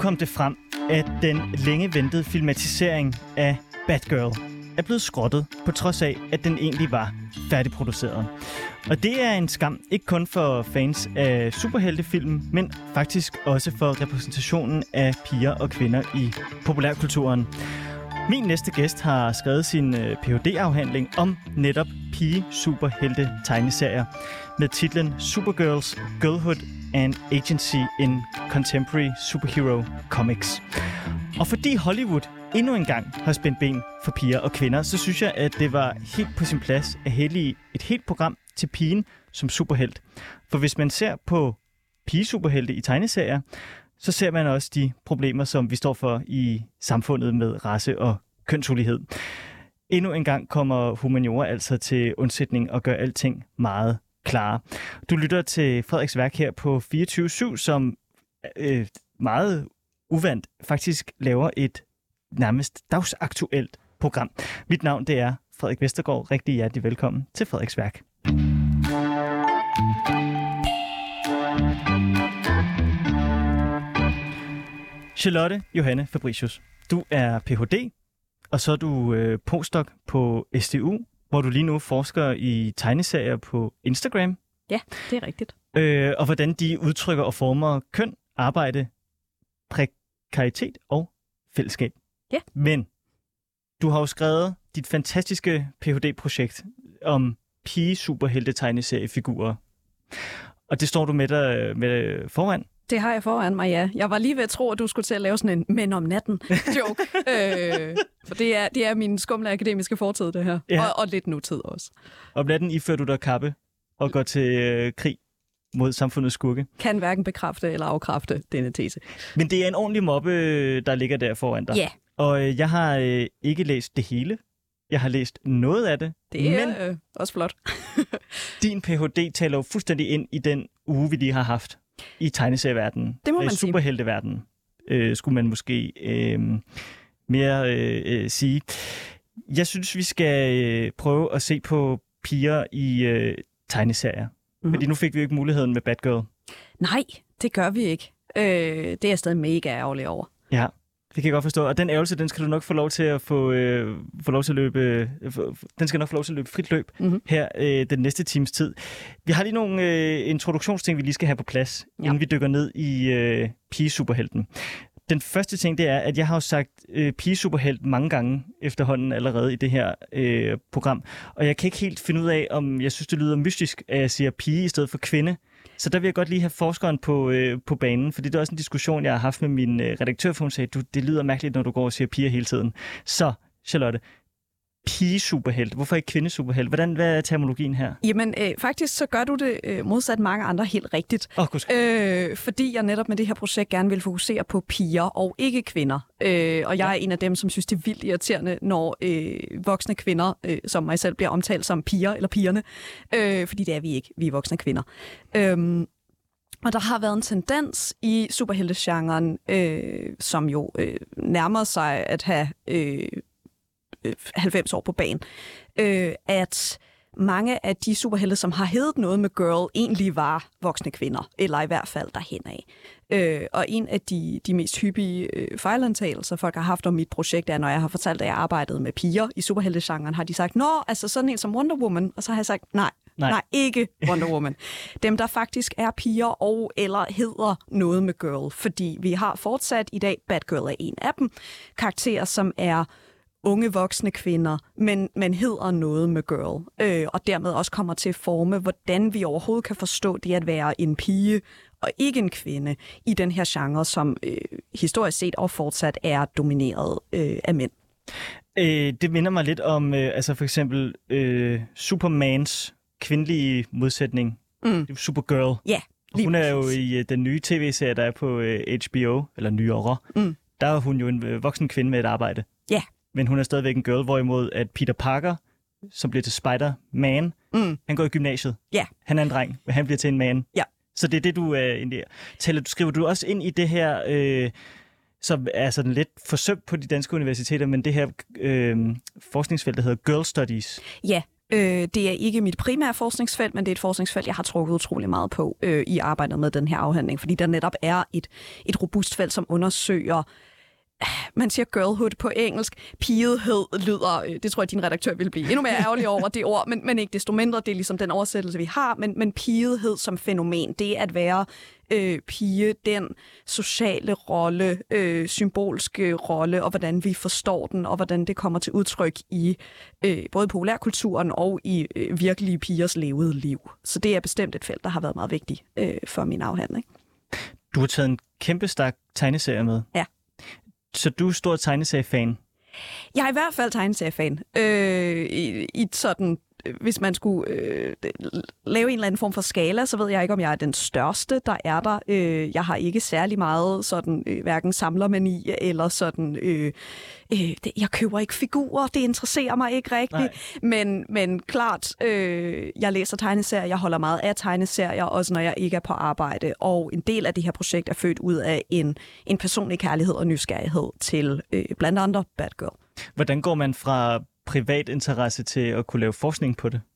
kom det frem, at den længe ventede filmatisering af Batgirl er blevet skrottet, på trods af, at den egentlig var færdigproduceret. Og det er en skam, ikke kun for fans af superheltefilm, men faktisk også for repræsentationen af piger og kvinder i populærkulturen. Min næste gæst har skrevet sin Ph.D.-afhandling om netop pige-superhelte-tegneserier med titlen Supergirls, Girlhood and Agency in Contemporary Superhero Comics. Og fordi Hollywood endnu en gang har spændt ben for piger og kvinder, så synes jeg, at det var helt på sin plads at hellige et helt program til pigen som superhelt. For hvis man ser på pige-superhelte i tegneserier, så ser man også de problemer, som vi står for i samfundet med race og kønsulighed. Endnu en gang kommer humaniora altså til undsætning og gør alting meget klare. Du lytter til Frederiks Værk her på 24/7, som meget uvandt faktisk laver et nærmest dagsaktuelt program. Mit navn det er Frederik Vestergaard. Rigtig hjertelig velkommen til Frederiks Værk. Charlotte Johanne Fabricius, du er Ph.D., og så er du postdoc på SDU, hvor du lige nu forsker i tegneserier på Instagram. Ja, det er rigtigt. Og hvordan de udtrykker og former køn, arbejde, prekaritet og fællesskab. Ja. Men du har jo skrevet dit fantastiske Ph.D.-projekt om pige-superhelte-tegneseriefigurer. Og det står du med foran. Det har jeg foran mig, ja. Jeg var lige ved at tro, at du skulle til at lave sådan en mænd om natten joke. For det er min skumle akademiske fortid, det her. Ja. Og lidt nutid også. Om natten ifører du dig kappe og går til krig mod samfundets skurke. Kan hverken bekræfte eller afkræfte denne tese. Men det er en ordentlig mobbe, der ligger der foran dig. Ja. Og jeg har ikke læst det hele. Jeg har læst noget af det. Det er også flot. Din Ph.D. taler jo fuldstændig ind i den uge, vi lige har haft i tegneserieverdenen. Det må man sige. Superhelteverdenen, skulle man måske mere sige. Jeg synes, vi skal prøve at se på piger i tegneserier. Mm-hmm. Fordi nu fik vi jo ikke muligheden med Batgirl. Nej, det gør vi ikke. Det er jeg stadig mega ærgerlig over. Ja, det kan jeg godt forstå. Og den ærgelse, den skal du nok få lov til at få lov til at løbe. Den skal nok få lov til at løbe frit løb her den næste times tid. Vi har lige nogle introduktionsting, vi lige skal have på plads, inden vi dykker ned i pige-superhelten. Den første ting, det er, at jeg har jo sagt pige-superhelt mange gange efterhånden allerede i det her program. Og jeg kan ikke helt finde ud af, om jeg synes, det lyder mystisk, at jeg siger pige i stedet for kvinde. Så der vil jeg godt lige have forskeren på banen, for det er også en diskussion, jeg har haft med min redaktør, for hun sagde, det lyder mærkeligt, når du går og siger piger hele tiden. Så, Charlotte, pige-superhelt. Hvorfor ikke kvinde-superhelt? Hvad er terminologien her? Jamen, faktisk så gør du det modsat mange andre helt rigtigt. Fordi jeg netop med det her projekt gerne vil fokusere på piger og ikke kvinder. Og jeg er en af dem, som synes, det er vildt irriterende, når voksne kvinder, som mig selv, bliver omtalt som piger eller pigerne. Fordi det er vi ikke. Vi er voksne kvinder. Og der har været en tendens i superheltegenren, som jo nærmer sig at have 90 år på banen, at mange af de superhelte, som har heddet noget med girl, egentlig var voksne kvinder, eller i hvert fald derhenad. Og en af de mest hyppige fejlantagelser, folk har haft om mit projekt, er, når jeg har fortalt, at jeg arbejdede med piger i superheltegenren, har de sagt, altså sådan en som Wonder Woman, og så har jeg sagt, nej, ikke Wonder Woman. Dem, der faktisk er piger og eller hedder noget med girl, fordi vi har fortsat i dag, Batgirl er en af dem, karakterer, som er unge voksne kvinder, men hedder noget med girl, og dermed også kommer til at forme, hvordan vi overhovedet kan forstå det at være en pige og ikke en kvinde i den her genre, som historisk set og fortsat er domineret af mænd. Det minder mig lidt om altså for eksempel Supermans kvindelige modsætning, Supergirl. Ja, hun er jo i den nye tv-serie, der er på HBO, eller nyere. Der er hun jo en voksen kvinde med et arbejde. Ja. Men hun er stadigvæk en girl, hvorimod at Peter Parker, som bliver til Spider-Man, han går i gymnasiet. Ja. Han er en dreng, men han bliver til en man. Ja. Så det er det, du skriver du også ind i det her, som er sådan lidt forsømt på de danske universiteter, men det her forskningsfelt, der hedder Girl Studies. Ja, Det er ikke mit primære forskningsfelt, men det er et forskningsfelt, jeg har trukket utrolig meget på i arbejdet med den her afhandling, fordi der netop er et robust felt, som undersøger, man siger girlhood på engelsk, pigethed lyder, det tror jeg, din redaktør vil blive endnu mere ærgerlig over det ord, men ikke desto mindre, det er ligesom den oversættelse, vi har, men pigethed som fænomen, det at være pige, den sociale rolle, symbolske rolle, og hvordan vi forstår den, og hvordan det kommer til udtryk i både populærkulturen og i virkelige pigers levede liv. Så det er bestemt et felt, der har været meget vigtigt for min afhandling. Du har taget en kæmpe stak tegneserier med. Ja. Så du er stor tegneseriefan? Jeg er i hvert fald tegneseriefan. I sådan, hvis man skulle lave en eller anden form for skala, så ved jeg ikke, om jeg er den største, der er der. Jeg har ikke særlig meget sådan, hverken samlermani eller sådan... jeg køber ikke figurer, det interesserer mig ikke rigtigt. Men klart, jeg læser tegneserier, jeg holder meget af tegneserier, også når jeg ikke er på arbejde. Og en del af det her projekt er født ud af en personlig kærlighed og nysgerrighed til blandt andet Batgirl. Hvordan går man fra privat interesse til at kunne lave forskning på det?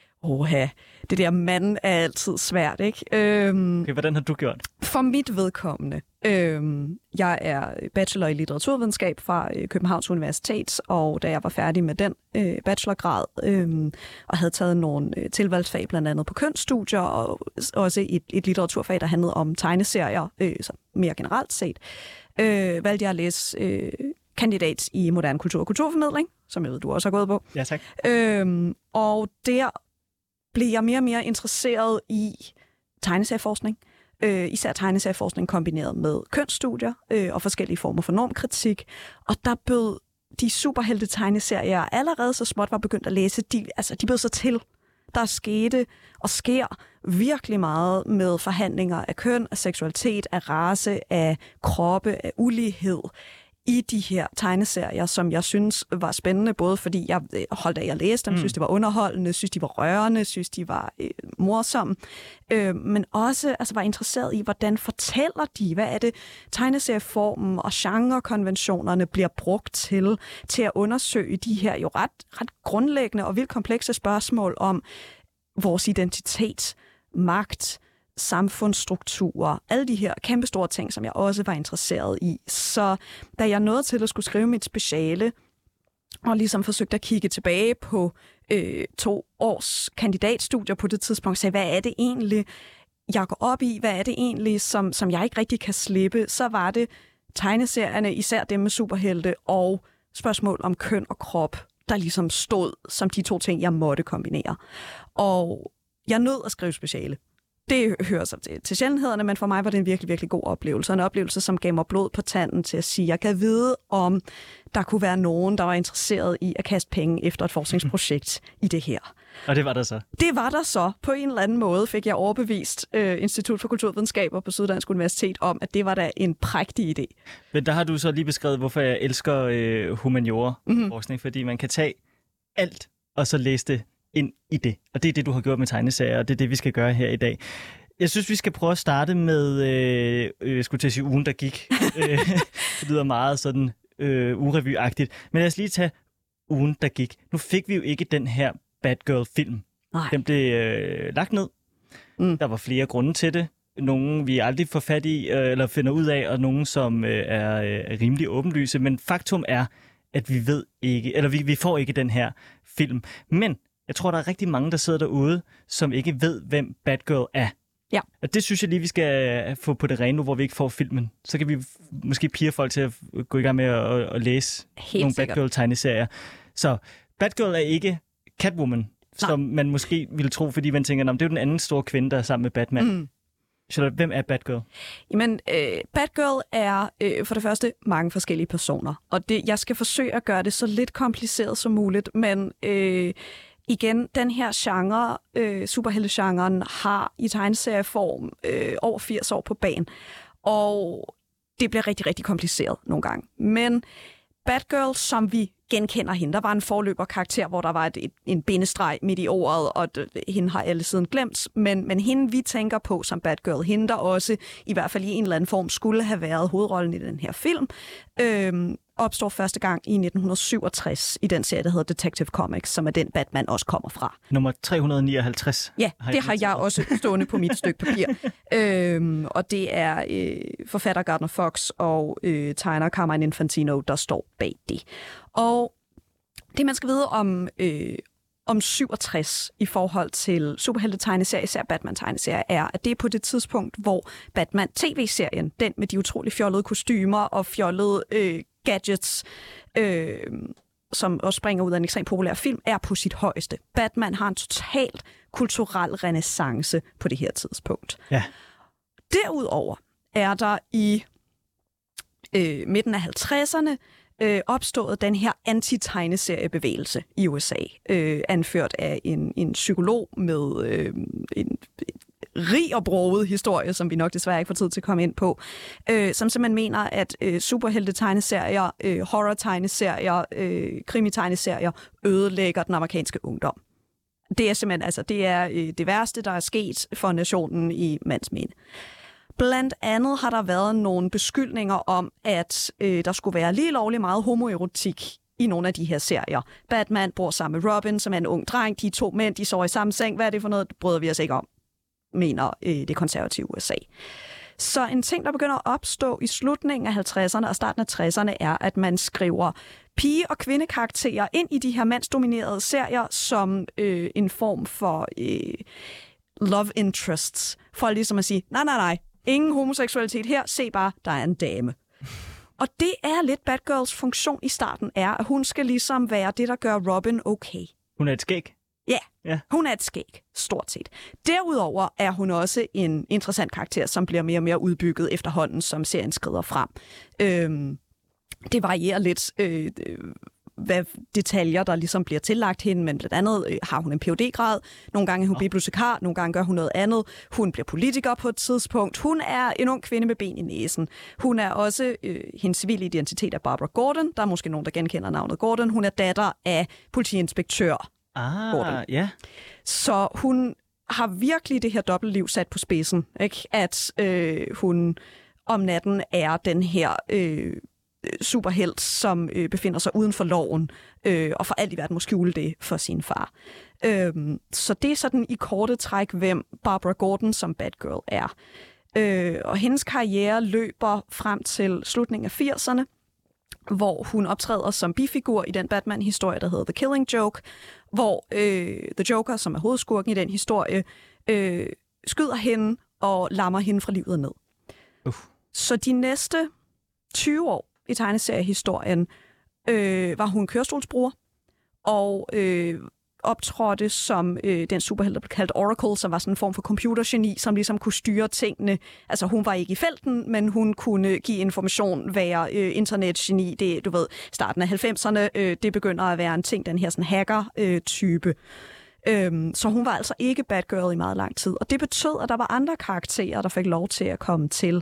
Det der mand er altid svært, ikke? Okay, hvordan har du gjort? For mit vedkommende. Jeg er bachelor i litteraturvidenskab fra Københavns Universitet, og da jeg var færdig med den bachelorgrad, og havde taget nogle tilvalgsfag, blandt andet på kønsstudier, og også et litteraturfag, der handlede om tegneserier, så mere generelt set, valgte jeg at læse kandidat i moderne kultur og kulturformidling, som jeg ved, du også har gået på. Ja, tak. Og der blev jeg mere og mere interesseret i tegneserieforskning. Især tegneserieforskning kombineret med kønsstudier og forskellige former for normkritik. Og der bød de superhelte tegneserier, jeg allerede så småt var begyndt at læse, de bød sig til. Der skete og sker virkelig meget med forhandlinger af køn, af seksualitet, af race, af kroppe, af ulighed i de her tegneserier, som jeg synes var spændende, både fordi jeg holdt af at læse dem, synes de var underholdende, synes de var rørende, synes de var morsomme, men også var interesseret i, hvordan fortæller de, hvad er det tegneserieformen og genrekonventionerne bliver brugt til at undersøge de her jo ret grundlæggende og vildt komplekse spørgsmål om vores identitet, magt, samfundsstrukturer, alle de her kæmpestore ting, som jeg også var interesseret i. Så da jeg nåede til at skulle skrive mit speciale, og ligesom forsøgte at kigge tilbage på 2 års kandidatstudier på det tidspunkt, sagde, hvad er det egentlig, jeg går op i? Hvad er det egentlig, som jeg ikke rigtig kan slippe? Så var det tegneserierne, især dem med superhelte, og spørgsmål om køn og krop, der ligesom stod som de 2 ting, jeg måtte kombinere. Og jeg nød at skrive speciale. Det hører sig til sjældenhederne, men for mig var det en virkelig, virkelig god oplevelse. En oplevelse, som gav mig blod på tanden til at sige, at jeg kan vide, om der kunne være nogen, der var interesseret i at kaste penge efter et forskningsprojekt i det her. Og det var der så? Det var der så. På en eller anden måde fik jeg overbevist Institut for Kulturvidenskaber på Syddansk Universitet om, at det var da en prægtig idé. Men der har du så lige beskrevet, hvorfor jeg elsker humaniora-forskning, fordi man kan tage alt og så læse det ind i det. Og det er det, du har gjort med tegneserier, og det er det, vi skal gøre her i dag. Jeg synes, vi skal prøve at starte med, skulle til at sige ugen, der gik. Det lyder meget sådan urevy-agtigt. Men lad os lige tage ugen, der gik. Nu fik vi jo ikke den her Batgirl-film. Nej. Den blev lagt ned. Der var flere grunde til det. Nogle, vi aldrig får fat i, eller finder ud af, og nogle, som er rimelig åbenlyse. Men faktum er, at vi ved ikke, eller vi får ikke den her film. Men jeg tror, der er rigtig mange, der sidder derude, som ikke ved, hvem Batgirl er. Ja. Og det synes jeg lige, vi skal få på det rene nu, hvor vi ikke får filmen. Så kan vi måske pirre folk til at gå i gang med at læse nogle Batgirl-tegneserier. Så Batgirl er ikke Catwoman, som man måske ville tro, fordi man tænker, det er jo den anden store kvinde, der er sammen med Batman. Så hvem er Batgirl? Jamen, Batgirl er for det første mange forskellige personer. Og jeg skal forsøge at gøre det så lidt kompliceret som muligt, men igen, den her genre, superheltegenren, har i tegneserieform over 80 år på banen. Og det bliver rigtig, rigtig kompliceret nogle gange. Men Batgirl, som vi genkender hende, der var en forløberkarakter, hvor der var en bindestreg midt i ordet, og hende har alle siden glemt. Men hende, vi tænker på som Batgirl, hende der også, i hvert fald i en eller anden form, skulle have været hovedrollen i den her film, opstår første gang i 1967 i den serie, der hedder Detective Comics, som er den Batman også kommer fra. Nummer 359. Ja, det har jeg også stående på mit stykke papir. Og det er forfatter Gardner Fox og tegner Carmine Infantino, der står bag det. Og det, man skal vide om 67 i forhold til superhelte-tegneserier, især Batman-tegneserier, er, at det er på det tidspunkt, hvor Batman-tv-serien, den med de utrolig fjollede kostymer og fjollede gadgets, som også springer ud af en ekstremt populær film, er på sit højeste. Batman har en totalt kulturel renæssance på det her tidspunkt. Ja. Derudover er der i midten af 50'erne opstået den her anti-tegneseriebevægelse i USA, anført af en psykolog med en rig og broget historie, som vi nok desværre ikke får tid til at komme ind på, som simpelthen mener, at superhelte-tegneserier, horror-tegneserier, krimi-tegneserier ødelægger den amerikanske ungdom. Det er simpelthen det er det værste, der er sket for nationen i mands minde. Blandt andet har der været nogle beskyldninger om, at der skulle være lige lovligt meget homoerotik i nogle af de her serier. Batman bor sammen med Robin, som er en ung dreng. De 2 mænd, de sover i samme seng. Hvad er det for noget? Det bryder vi os ikke om, mener det konservative USA. Så en ting, der begynder at opstå i slutningen af 50'erne og starten af 60'erne, er, at man skriver pige- og kvindekarakterer ind i de her mandsdominerede serier som en form for love interests. For ligesom at sige, nej, ingen homoseksualitet her, se bare, der er en dame. Og det er lidt Batgirls funktion i starten, er, at hun skal ligesom være det, der gør Robin okay. Hun er et skæg? Ja, hun er et skæg, stort set. Derudover er hun også en interessant karakter, som bliver mere og mere udbygget efterhånden, som serien skrider frem. Det varierer lidt, hvad detaljer, der ligesom bliver tillagt hende, men blandt andet har hun en Ph.D.-grad. Nogle gange er hun bibliotekar, nogle gange gør hun noget andet. Hun bliver politiker på et tidspunkt. Hun er en ung kvinde med ben i næsen. Hun er også, hendes civile identitet er Barbara Gordon. Der er måske nogen, der genkender navnet Gordon. Hun er datter af politiinspektør Gordon. Ja. Så hun har virkelig det her dobbeltliv sat på spidsen, ikke? At hun om natten er den her superhelt, som befinder sig uden for loven, og for alt i verden må skjule det for sin far. Så det er sådan i korte træk, hvem Barbara Gordon som Batgirl er. Og hendes karriere løber frem til slutningen af 80'erne, hvor hun optræder som bifigur i den Batman-historie, der hedder The Killing Joke, hvor The Joker, som er hovedskurken i den historie, skyder hende og lammer hende fra livet ned. Så de næste 20 år i tegneseriehistorien var hun kørestolsbruger og optrådte som den superhelt, der blev kaldt Oracle, som var sådan en form for computergeni, som ligesom kunne styre tingene. Altså hun var ikke i felten, men hun kunne give information, være internetgeni. Det, du ved, starten af 90'erne, det begynder at være en ting, den her sådan hacker-type. Så hun var altså ikke Batgirl i meget lang tid. Og det betød, at der var andre karakterer, der fik lov til at komme til.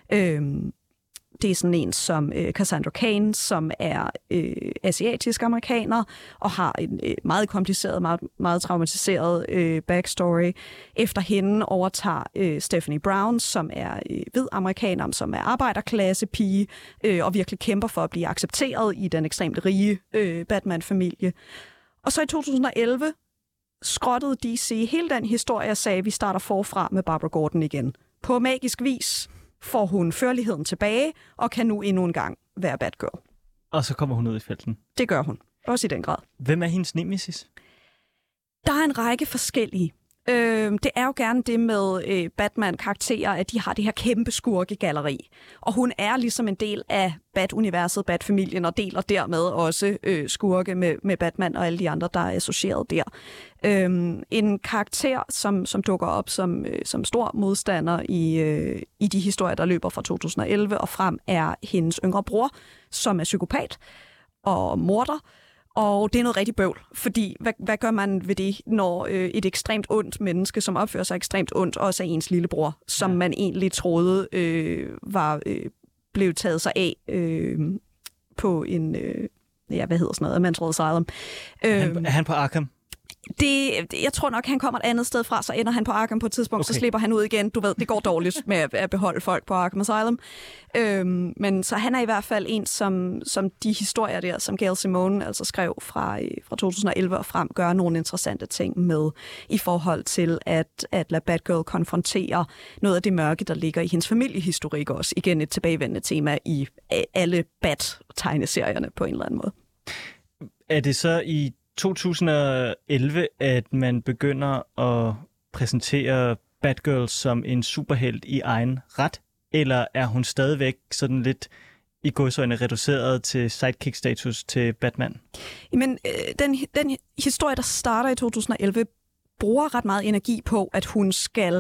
Det er sådan en som Cassandra Cain, som er asiatisk amerikaner og har en meget kompliceret, meget, meget traumatiseret backstory. Efter hende overtager Stephanie Brown, som er hvid amerikaner, som er arbejderklasse pige og virkelig kæmper for at blive accepteret i den ekstremt rige Batman-familie. Og så i 2011 skrottede DC hele den historie og sagde, at vi starter forfra med Barbara Gordon igen. På magisk vis får hun førligheden tilbage, og kan nu endnu en gang være Batgirl. Og så kommer hun ud i felten. Det gør hun. Også i den grad. Hvem er hendes nemesis? Der er en række forskellige. Det er jo gerne det med Batman-karakterer, at de har det her kæmpe skurkegalleri. Og hun er ligesom en del af Bat-universet, Bat-familien, og deler dermed også skurke med Batman og alle de andre, der er associeret der. En karakter, som dukker op som stor modstander i de historier, der løber fra 2011 og frem, er hendes yngre bror, som er psykopat og morder. Og det er noget rigtig bøvl, fordi hvad gør man ved det, når et ekstremt ondt menneske, som opfører sig ekstremt ondt, også er ens lillebror, som man egentlig troede var blevet taget sig af på en, hvad hedder sådan noget, Mental Asylum. Er han på Arkham? Jeg tror nok, han kommer et andet sted fra, så ender han på Arkham på et tidspunkt, så slipper han ud igen. Du ved, det går dårligt med at beholde folk på Arkham Asylum. Men så han er i hvert fald en, som de historier der, som Gail Simone altså skrev fra 2011 og frem, gør nogle interessante ting med i forhold til at lade Batgirl konfrontere noget af det mørke, der ligger i hendes familiehistorik også. Igen et tilbagevendende tema i alle Bat-tegneserierne på en eller anden måde. Er det så i 2011, at man begynder at præsentere Batgirl som en superhelt i egen ret? Eller er hun stadigvæk sådan lidt i gåseøjne reduceret til sidekick-status til Batman? Jamen, den historie, der starter i 2011, bruger ret meget energi på, at hun skal...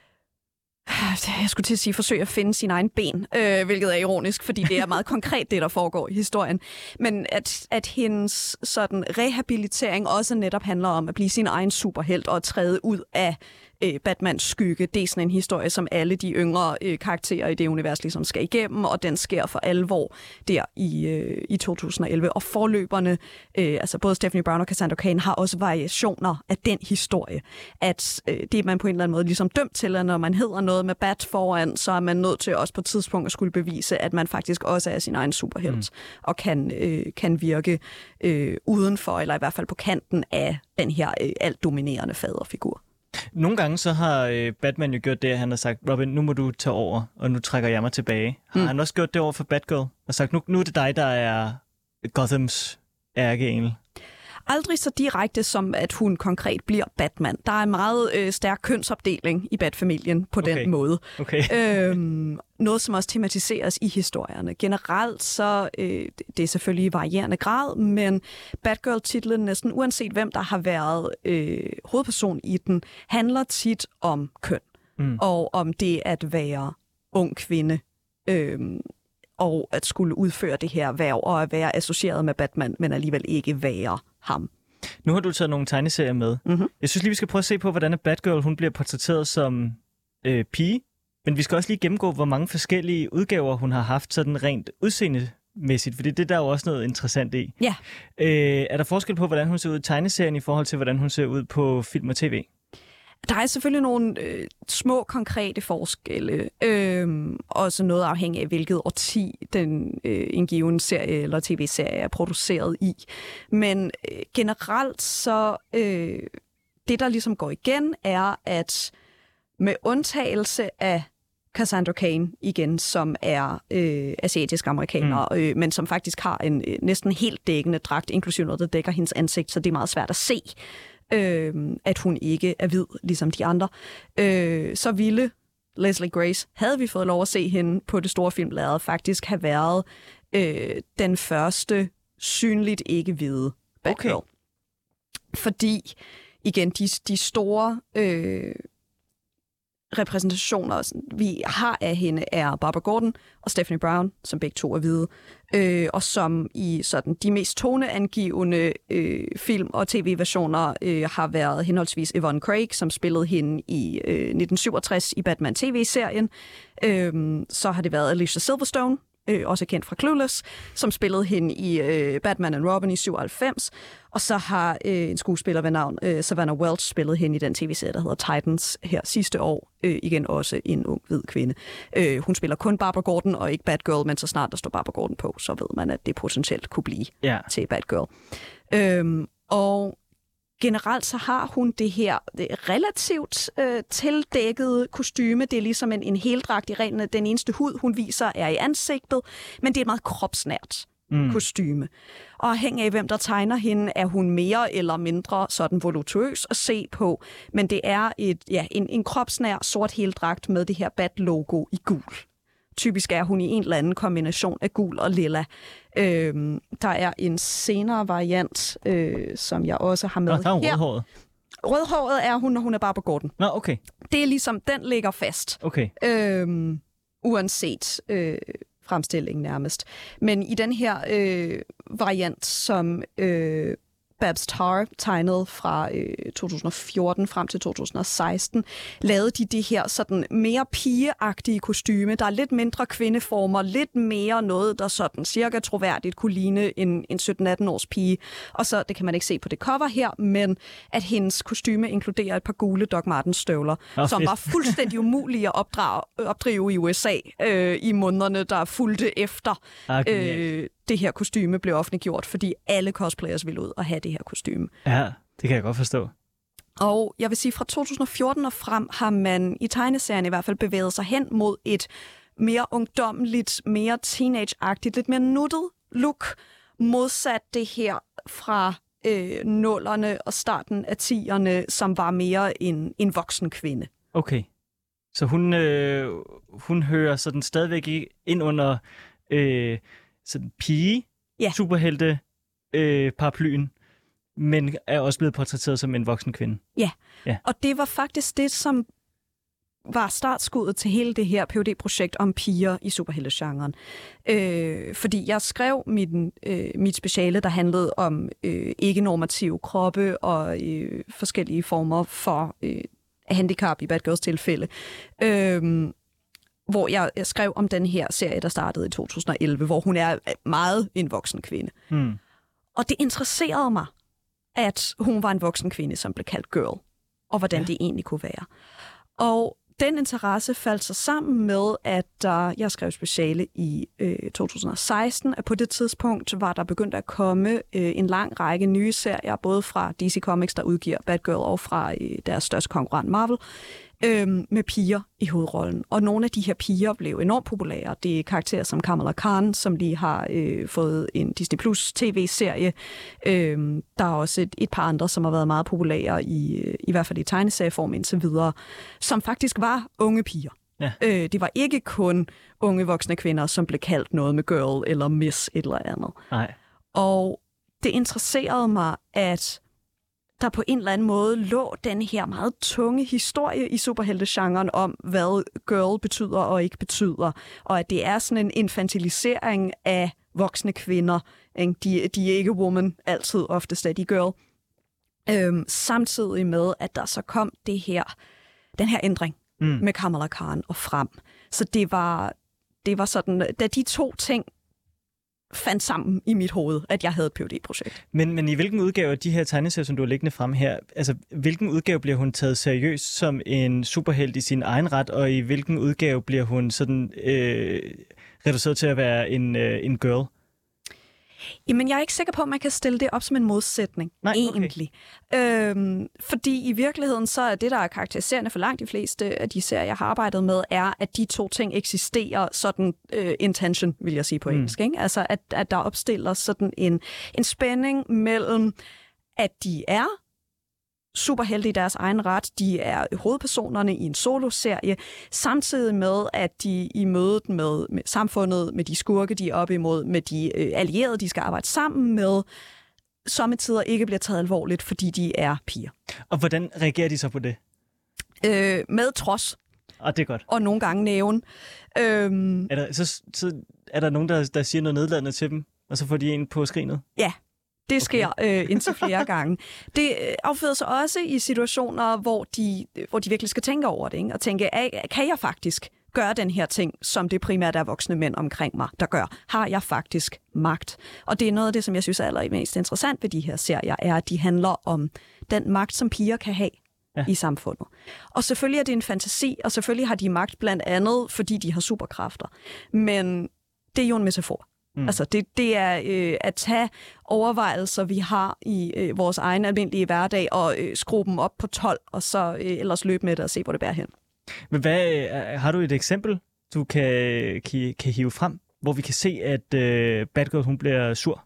Jeg skulle til at sige, forsøge at finde sin egen ben, hvilket er ironisk, fordi det er meget konkret, det der foregår i historien. Men at hendes sådan rehabilitering også netop handler om at blive sin egen superhelt og træde ud af Batmans skygge. Det er sådan en historie, som alle de yngre karakterer i det univers ligesom skal igennem, og den sker for alvor der i 2011. Og forløberne, altså både Stephanie Brown og Cassandra Cain, har også variationer af den historie. At det er man på en eller anden måde ligesom dømt til, at når man hedder noget med Bat foran, så er man nødt til også på et tidspunkt at skulle bevise, at man faktisk også er sin egen superhelt, og kan virke udenfor, eller i hvert fald på kanten af den her alt dominerende faderfigur. Nogle gange så har Batman jo gjort det, at han har sagt, Robin, nu må du tage over, og nu trækker jeg mig tilbage. Har han også gjort det over for Batgirl? Og sagt, nu er det dig, der er Gothams ærkeengel? Aldrig så direkte, som at hun konkret bliver Batman. Der er en meget stærk kønsopdeling i Bat-familien på den måde. Okay. Noget, som også tematiseres i historierne. Generelt så, det er selvfølgelig i varierende grad, men Batgirl-titlen, næsten uanset hvem der har været hovedperson i den, handler tit om køn. Og om det at være ung kvinde, og at skulle udføre det her værv, og at være associeret med Batman, men alligevel ikke være ham. Nu har du taget nogle tegneserier med. Jeg synes lige, vi skal prøve at se på, hvordan Batgirl hun bliver portrætteret som pige. Men vi skal også lige gennemgå, hvor mange forskellige udgaver hun har haft, sådan rent udseendemæssigt, fordi det der er jo også noget interessant i. Ja. Er der forskel på, hvordan hun ser ud i tegneserien i forhold til, hvordan hun ser ud på film og tv? Der er selvfølgelig nogle små, konkrete forskelle, også noget afhængig af, hvilket årti den en given serie eller tv-serie er produceret i. Men generelt så, det der ligesom går igen, er, at med undtagelse af Cassandra Cain igen, som er asiatisk amerikaner, men som faktisk har en næsten helt dækkende dragt, inklusive noget, der dækker hendes ansigt, så det er meget svært at se, at hun ikke er hvid, ligesom de andre. Så ville Leslie Grace, havde vi fået lov at se hende på det store filmlærred, faktisk have været den første synligt ikke-hvide Batgirl. Okay. Fordi, igen, de store repræsentationer, vi har af hende, er Barbara Gordon og Stephanie Brown, som begge to er hvide, og som i sådan de mest toneangivende film- og tv-versioner har været henholdsvis Yvonne Craig, som spillede hende i 1967 i Batman TV-serien. Så har det været Alicia Silverstone, også kendt fra Clueless, som spillede hende i Batman and Robin i 97. Og så har en skuespiller ved navn Savannah Welch spillet hende i den tv-serie, der hedder Titans her sidste år. Igen også en ung hvid kvinde. Hun spiller kun Barbara Gordon og ikke Batgirl, men så snart der står Barbara Gordon på, så ved man, at det potentielt kunne blive til Batgirl. Og generelt så har hun det her relativt tildækkede kostyme. Det er ligesom en heldragt i reglen. Den eneste hud, hun viser, er i ansigtet, men det er et meget kropsnært kostyme. Og afhængig af, hvem der tegner hende, er hun mere eller mindre sådan voluptuøs at se på. Men det er en kropsnær sort heldragt med det her Bat-logo i gul. Typisk er hun i en eller anden kombination af gul og lilla. Der er en senere variant, som jeg også har med her. Der er rødhåret. Rødhåret er hun, når hun er Barbara Gordon. Nå, okay. Det er ligesom, den ligger fast. Okay. Uanset fremstillingen nærmest. Men i den her variant, som Babs Tarr tegnede fra 2014 frem til 2016, lavede de det her sådan mere pigeagtige kostyme. Der er lidt mindre kvindeformer, lidt mere noget, der sådan cirka troværdigt kunne ligne en 17-18 års pige. Og så, det kan man ikke se på det cover her, men at hendes kostyme inkluderer et par gule Doc Martens støvler, som var fuldstændig umulige at opdrive i USA i månederne, der fulgte efter det her kostyme blev offentliggjort, fordi alle cosplayers ville ud og have det her kostyme. Ja, det kan jeg godt forstå. Og jeg vil sige, fra 2014 og frem har man i tegneserien i hvert fald bevæget sig hen mod et mere ungdommeligt, mere teenage-agtigt, lidt mere nuttet look, modsat det her fra nullerne og starten af 10'erne, som var mere en voksen kvinde. Okay. Så hun hører sådan stadigvæk ind under sådan pige, superhelte paraplyen, men er også blevet portrætteret som en voksen kvinde. Ja, og det var faktisk det, som var startskuddet til hele det her PhD-projekt om piger i superheltegenren. Fordi jeg skrev mit speciale, der handlede om ikke-normative kroppe og forskellige former for handicap i Bad Girls tilfælde. Hvor jeg skrev om den her serie, der startede i 2011, hvor hun er meget en voksen kvinde. Og det interesserede mig, at hun var en voksen kvinde, som blev kaldt girl, og hvordan det egentlig kunne være. Og den interesse faldt sig sammen med, at jeg skrev speciale i 2016, at på det tidspunkt var der begyndt at komme en lang række nye serier, både fra DC Comics, der udgiver Batgirl, og fra deres største konkurrent Marvel, med piger i hovedrollen. Og nogle af de her piger blev enormt populære. Det er karakterer som Kamala Khan, som lige har fået en Disney Plus tv-serie. Der er også et par andre, som har været meget populære, i hvert fald i tegneserieform indtil videre, som faktisk var unge piger. Ja. Det var ikke kun unge voksne kvinder, som blev kaldt noget med girl eller miss et eller andet. Nej. Og det interesserede mig, at der på en eller anden måde lå den her meget tunge historie i superheltegenren om, hvad girl betyder og ikke betyder. Og at det er sådan en infantilisering af voksne kvinder. De er ikke woman, altid oftest er de girl. Samtidig med, at der så kom den her ændring med Kamala Khan og frem. Så det var sådan, da de to ting fandt sammen i mit hoved, at jeg havde et PhD-projekt. Men i hvilken udgave af de her tegneserier, som du har liggende frem her, altså hvilken udgave bliver hun taget seriøst som en superhelt i sin egen ret, og i hvilken udgave bliver hun sådan reduceret til at være en girl? Jamen, jeg er ikke sikker på, at man kan stille det op som en modsætning, egentlig. Fordi i virkeligheden, så er det, der er karakteriserende for langt de fleste af de serier, jeg har arbejdet med, er, at de to ting eksisterer sådan intention, vil jeg sige på engelsk. Ikke? Altså, at der opstiller sådan en spænding mellem, at de er superhelte i deres egen ret. De er hovedpersonerne i en soloserie, samtidig med, at de i mødet med samfundet, med de skurke, de er op imod, med de allierede, de skal arbejde sammen med, sommetider ikke bliver taget alvorligt, fordi de er piger. Og hvordan reagerer de så på det? Med trods. Og det er godt. Og nogle gange næven. Er der nogen, der siger noget nedladende til dem, og så får de en på skrinet? Ja. Det sker indtil flere gange. Det afføder sig også i situationer, hvor de virkelig skal tænke over det, ikke? Og tænke, kan jeg faktisk gøre den her ting, som det primært er voksne mænd omkring mig, der gør? Har jeg faktisk magt? Og det er noget af det, som jeg synes er allermest interessant ved de her serier, er, at de handler om den magt, som piger kan have i samfundet. Og selvfølgelig er det en fantasi, og selvfølgelig har de magt blandt andet, fordi de har superkræfter. Men det er jo en metafor. Altså det er at tage overvejelser, vi har i vores egen almindelige hverdag, og skrue dem op på 12, og så ellers løbe med det og se, hvor det bærer hen. Men har du et eksempel, du kan hive frem, hvor vi kan se, at Batgirl, hun bliver sur?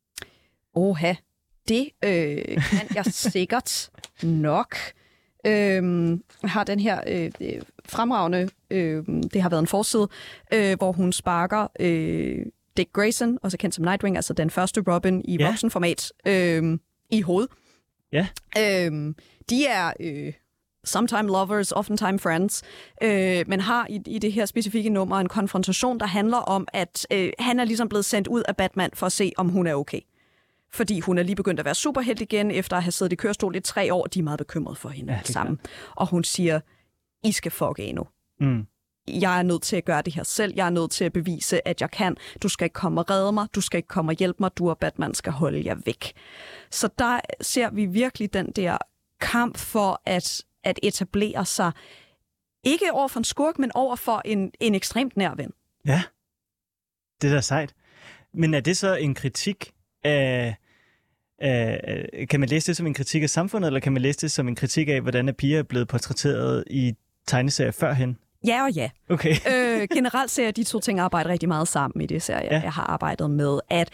Det kan jeg sikkert nok. Har den her fremragende, det har været en forside, hvor hun sparker Dick Grayson, også kendt som Nightwing, altså den første Robin i voksenformat, i hovedet. Ja. De er sometime lovers, oftentime friends, men har i det her specifikke nummer en konfrontation, der handler om, at han er ligesom blevet sendt ud af Batman for at se, om hun er okay. fordi hun er lige begyndt at være superhelt igen, efter at have siddet i kørestol i 3 år. De er meget bekymrede for hende sammen. Og hun siger, I skal fucke endnu. Jeg er nødt til at gøre det her selv. Jeg er nødt til at bevise, at jeg kan. Du skal ikke komme og redde mig. Du skal ikke komme og hjælpe mig. Du og Batman skal holde jer væk. Så der ser vi virkelig den der kamp for at etablere sig. Ikke over for en skurk, men over for en ekstremt nær ven. Ja, det er da sejt. Men er det så en kritik af... kan man læse det som en kritik af samfundet, eller kan man læse det som en kritik af, hvordan piger er blevet portrætteret i tegneserier førhen? Ja og ja. Okay. Generelt ser jeg de to ting arbejde rigtig meget sammen i det serier, jeg har arbejdet med, at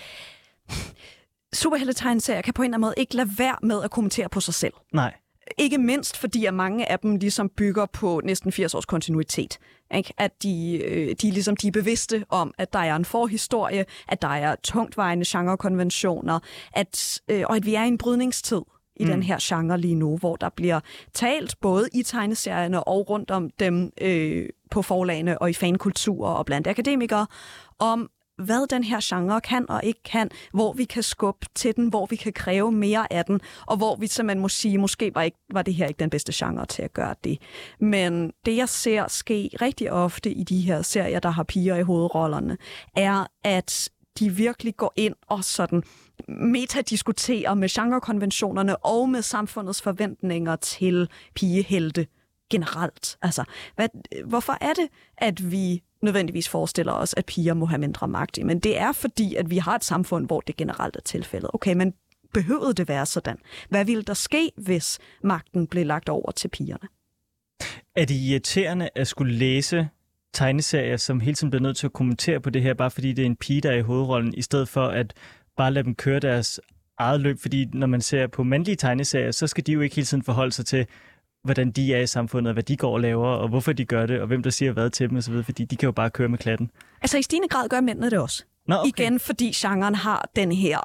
superheltetegneserier kan på en eller anden måde ikke lade være med at kommentere på sig selv. Nej. Ikke mindst fordi, at mange af dem ligesom bygger på næsten 80 års kontinuitet. Ikke? At de er bevidste om, at der er en forhistorie, at der er tungtvejende genrekonventioner, og at vi er i en brydningstid i den her genre lige nu, hvor der bliver talt både i tegneserierne og rundt om dem på forlagene og i fankulturer og blandt akademikere, om hvad den her genre kan og ikke kan, hvor vi kan skubbe til den, hvor vi kan kræve mere af den, og hvor vi simpelthen må sige, måske var det her ikke den bedste genre til at gøre det. Men det, jeg ser ske rigtig ofte i de her serier, der har piger i hovedrollerne, er, at de virkelig går ind og sådan metadiskuterer med genrekonventionerne og med samfundets forventninger til pigehelte generelt. Altså, hvorfor er det, at vi nødvendigvis forestiller os, at piger må have mindre magt? Men det er fordi, at vi har et samfund, hvor det generelt er tilfældet. Okay, men behøvede det være sådan? Hvad ville der ske, hvis magten blev lagt over til pigerne? Er det irriterende at skulle læse tegneserier, som hele tiden bliver nødt til at kommentere på det her, bare fordi det er en pige, der er i hovedrollen, i stedet for at bare lade dem køre deres eget løb? Fordi når man ser på mandlige tegneserier, så skal de jo ikke hele tiden forholde sig til, hvordan de er i samfundet, hvad de går og laver, og hvorfor de gør det, og hvem der siger hvad til dem osv., fordi de kan jo bare køre med klatten. Altså i stigende grad gør mændene det også. Nå, okay. Igen, fordi genren har den her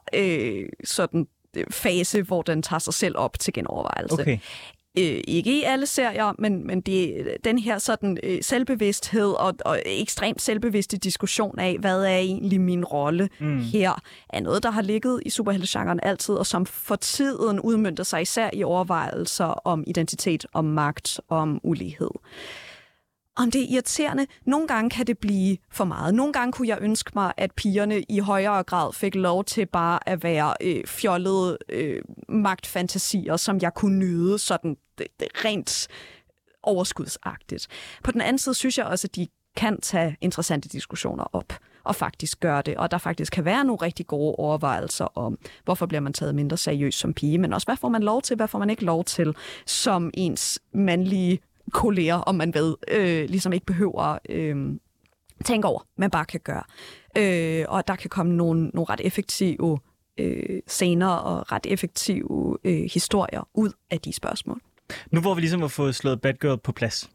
fase, hvor den tager sig selv op til genovervejelse. Okay. Ikke i alle serier, men det den her sådan selvbevidsthed og ekstremt selvbevidste diskussion af, hvad er egentlig min rolle her, er noget, der har ligget i superheltegenren altid, og som for tiden udmønter sig især i overvejelser om identitet, om magt, om ulighed. Om det er irriterende. Nogle gange kan det blive for meget. Nogle gange kunne jeg ønske mig, at pigerne i højere grad fik lov til bare at være fjollede magtfantasier, som jeg kunne nyde sådan rent overskudsagtigt. På den anden side synes jeg også, at de kan tage interessante diskussioner op og faktisk gøre det. Og der faktisk kan være nogle rigtig gode overvejelser om, hvorfor bliver man taget mindre seriøst som pige, men også hvad får man lov til, hvad får man ikke lov til som ens mandlige kolleger, om man ved, ligesom ikke behøver tænke over, man bare kan gøre. Og der kan komme nogle ret effektive scener og ret effektive historier ud af de spørgsmål. Nu hvor vi ligesom har fået slået Batgirl på plads.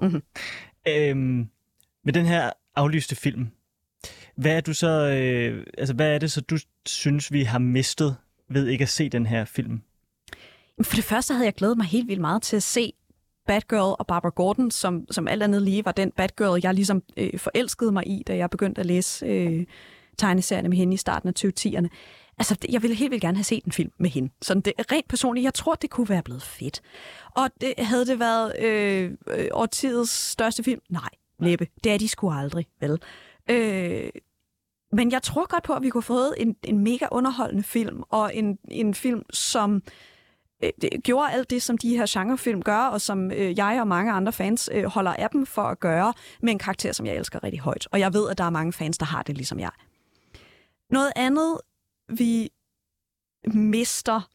Med den her aflyste film, hvad er det så, du synes, vi har mistet ved ikke at se den her film? For det første havde jeg glædet mig helt vildt meget til at se Batgirl og Barbara Gordon, som alt andet lige var den Batgirl, jeg ligesom forelskede mig i, da jeg begyndte at læse tegneserierne med hende i starten af 2010'erne. Altså, jeg ville helt vildt gerne have set en film med hende. Sådan det rent personligt, jeg tror, det kunne være blevet fedt. Og havde det været årtidets største film? Nej, næppe. Det er de sgu aldrig, vel? Men jeg tror godt på, at vi kunne have fået en mega underholdende film, og en film, som gjorde alt det, som de her genrefilm gør, og som jeg og mange andre fans holder af dem for at gøre, med en karakter, som jeg elsker rigtig højt. Og jeg ved, at der er mange fans, der har det ligesom jeg. Noget andet, vi mister,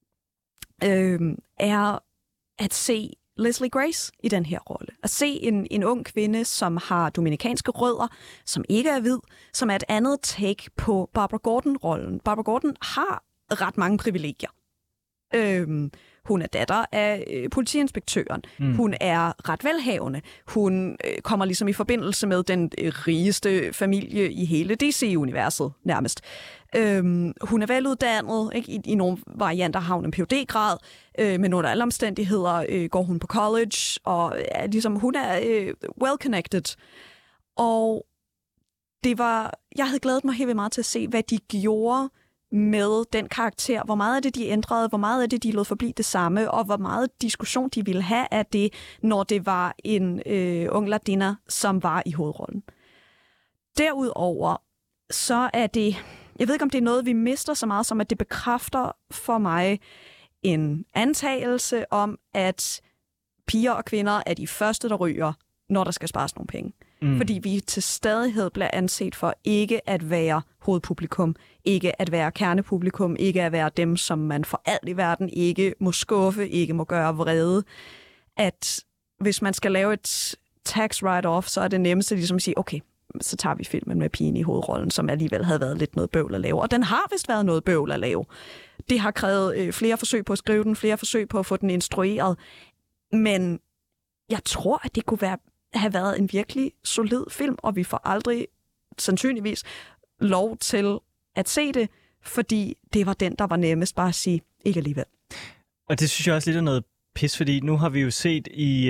er at se Leslie Grace i den her rolle. At se en ung kvinde, som har dominikanske rødder, som ikke er hvid, som er et andet take på Barbara Gordon-rollen. Barbara Gordon har ret mange privilegier. Hun er datter af politiinspektøren. Hun er ret velhavende. Hun kommer ligesom i forbindelse med den rigeste familie i hele DC-universet, nærmest. Hun er veluddannet. Ikke? I nogle varianter har hun en Ph.D.-grad, men under alle omstændigheder går hun på college, og ligesom, hun er well-connected. Og jeg havde glædet mig helt vildt meget til at se, hvad de gjorde med den karakter. Hvor meget af det, de ændrede, hvor meget af det, de lod forblive det samme, og hvor meget diskussion de ville have af det, når det var en ung latina, som var i hovedrollen. Derudover, så er det... Jeg ved ikke, om det er noget, vi mister så meget, som at det bekræfter for mig en antagelse om, at piger og kvinder er de første, der ryger, når der skal spares nogle penge. Fordi vi til stadighed bliver anset for ikke at være hovedpublikum, ikke at være kernepublikum, ikke at være dem, som man for alt i verden ikke må skuffe, ikke må gøre vrede. At hvis man skal lave et tax write-off, så er det nemmeste ligesom at sige, okay, så tager vi filmen med pigen i hovedrollen, som alligevel havde været lidt noget bøvl at lave. Og den har vist været noget bøvl at lave. Det har krævet flere forsøg på at skrive den, flere forsøg på at få den instrueret. Men jeg tror, at det kunne have været en virkelig solid film, og vi får aldrig sandsynligvis lov til at se det, fordi det var den, der var nemmest bare at sige, ikke alligevel. Og det synes jeg også lidt er noget pis, fordi nu har vi jo set i...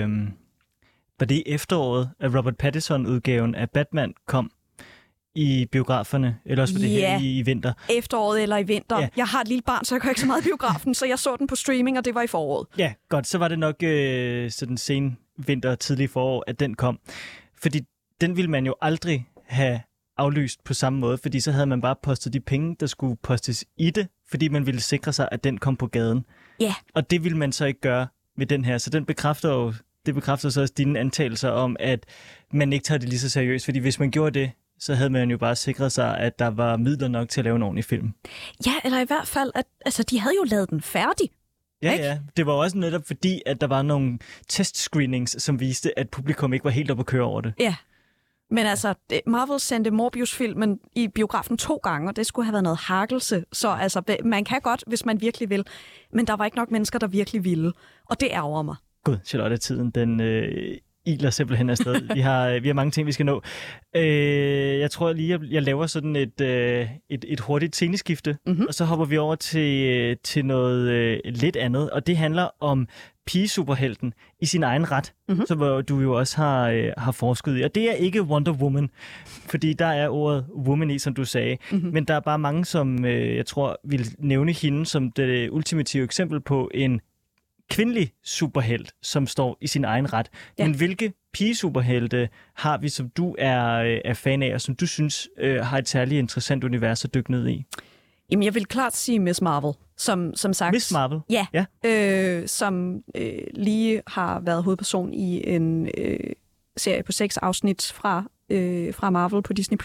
var det i efteråret, at Robert Pattinson-udgaven af Batman kom i biograferne, eller også var det her i vinter? Efteråret eller i vinter. Ja. Jeg har et lille barn, så jeg kan ikke så meget i biografen, så jeg så den på streaming, og det var i foråret. Ja, godt. Så var det nok sådan sen vinter og tidlig forår, at den kom. Fordi den ville man jo aldrig have aflyst på samme måde, fordi så havde man bare postet de penge, der skulle postes i det, fordi man ville sikre sig, at den kom på gaden. Ja. Og det ville man så ikke gøre med den her, så den bekræfter så også dine antagelser om, at man ikke tager det lige så seriøst, fordi hvis man gjorde det, så havde man jo bare sikret sig, at der var midler nok til at lave en ordentlig film. Ja, eller i hvert fald, at de havde jo lavet den færdig. Ja. Det var også netop fordi, at der var nogle testscreenings, som viste, at publikum ikke var helt oppe at køre over det. Ja, men altså, Marvel sendte Morbius-filmen i biografen 2 gange, og det skulle have været noget hakkelse. Så altså, man kan godt, hvis man virkelig vil, men der var ikke nok mennesker, der virkelig ville, og det ærger mig. Gud, Charlotte, tiden, den iler simpelthen afsted. Vi har mange ting, vi skal nå. Jeg tror lige, jeg laver sådan et hurtigt sceneskifte, og så hopper vi over til noget lidt andet, og det handler om pigesuperhelten i sin egen ret, som du jo også har forsket i. Og det er ikke Wonder Woman, fordi der er ordet woman i, som du sagde. Men der er bare mange, som jeg tror vil nævne hende som det ultimative eksempel på en kvindelig superhelt, som står i sin egen ret. Ja. Men hvilke pigesuperhelte har vi, som du er fan af, og som du synes har et særligt interessant univers at dykke ned i? Jamen, jeg vil klart sige Miss Marvel, som sagt... Miss Marvel? Ja. Som lige har været hovedperson i en serie på 6 afsnit fra Marvel på Disney+,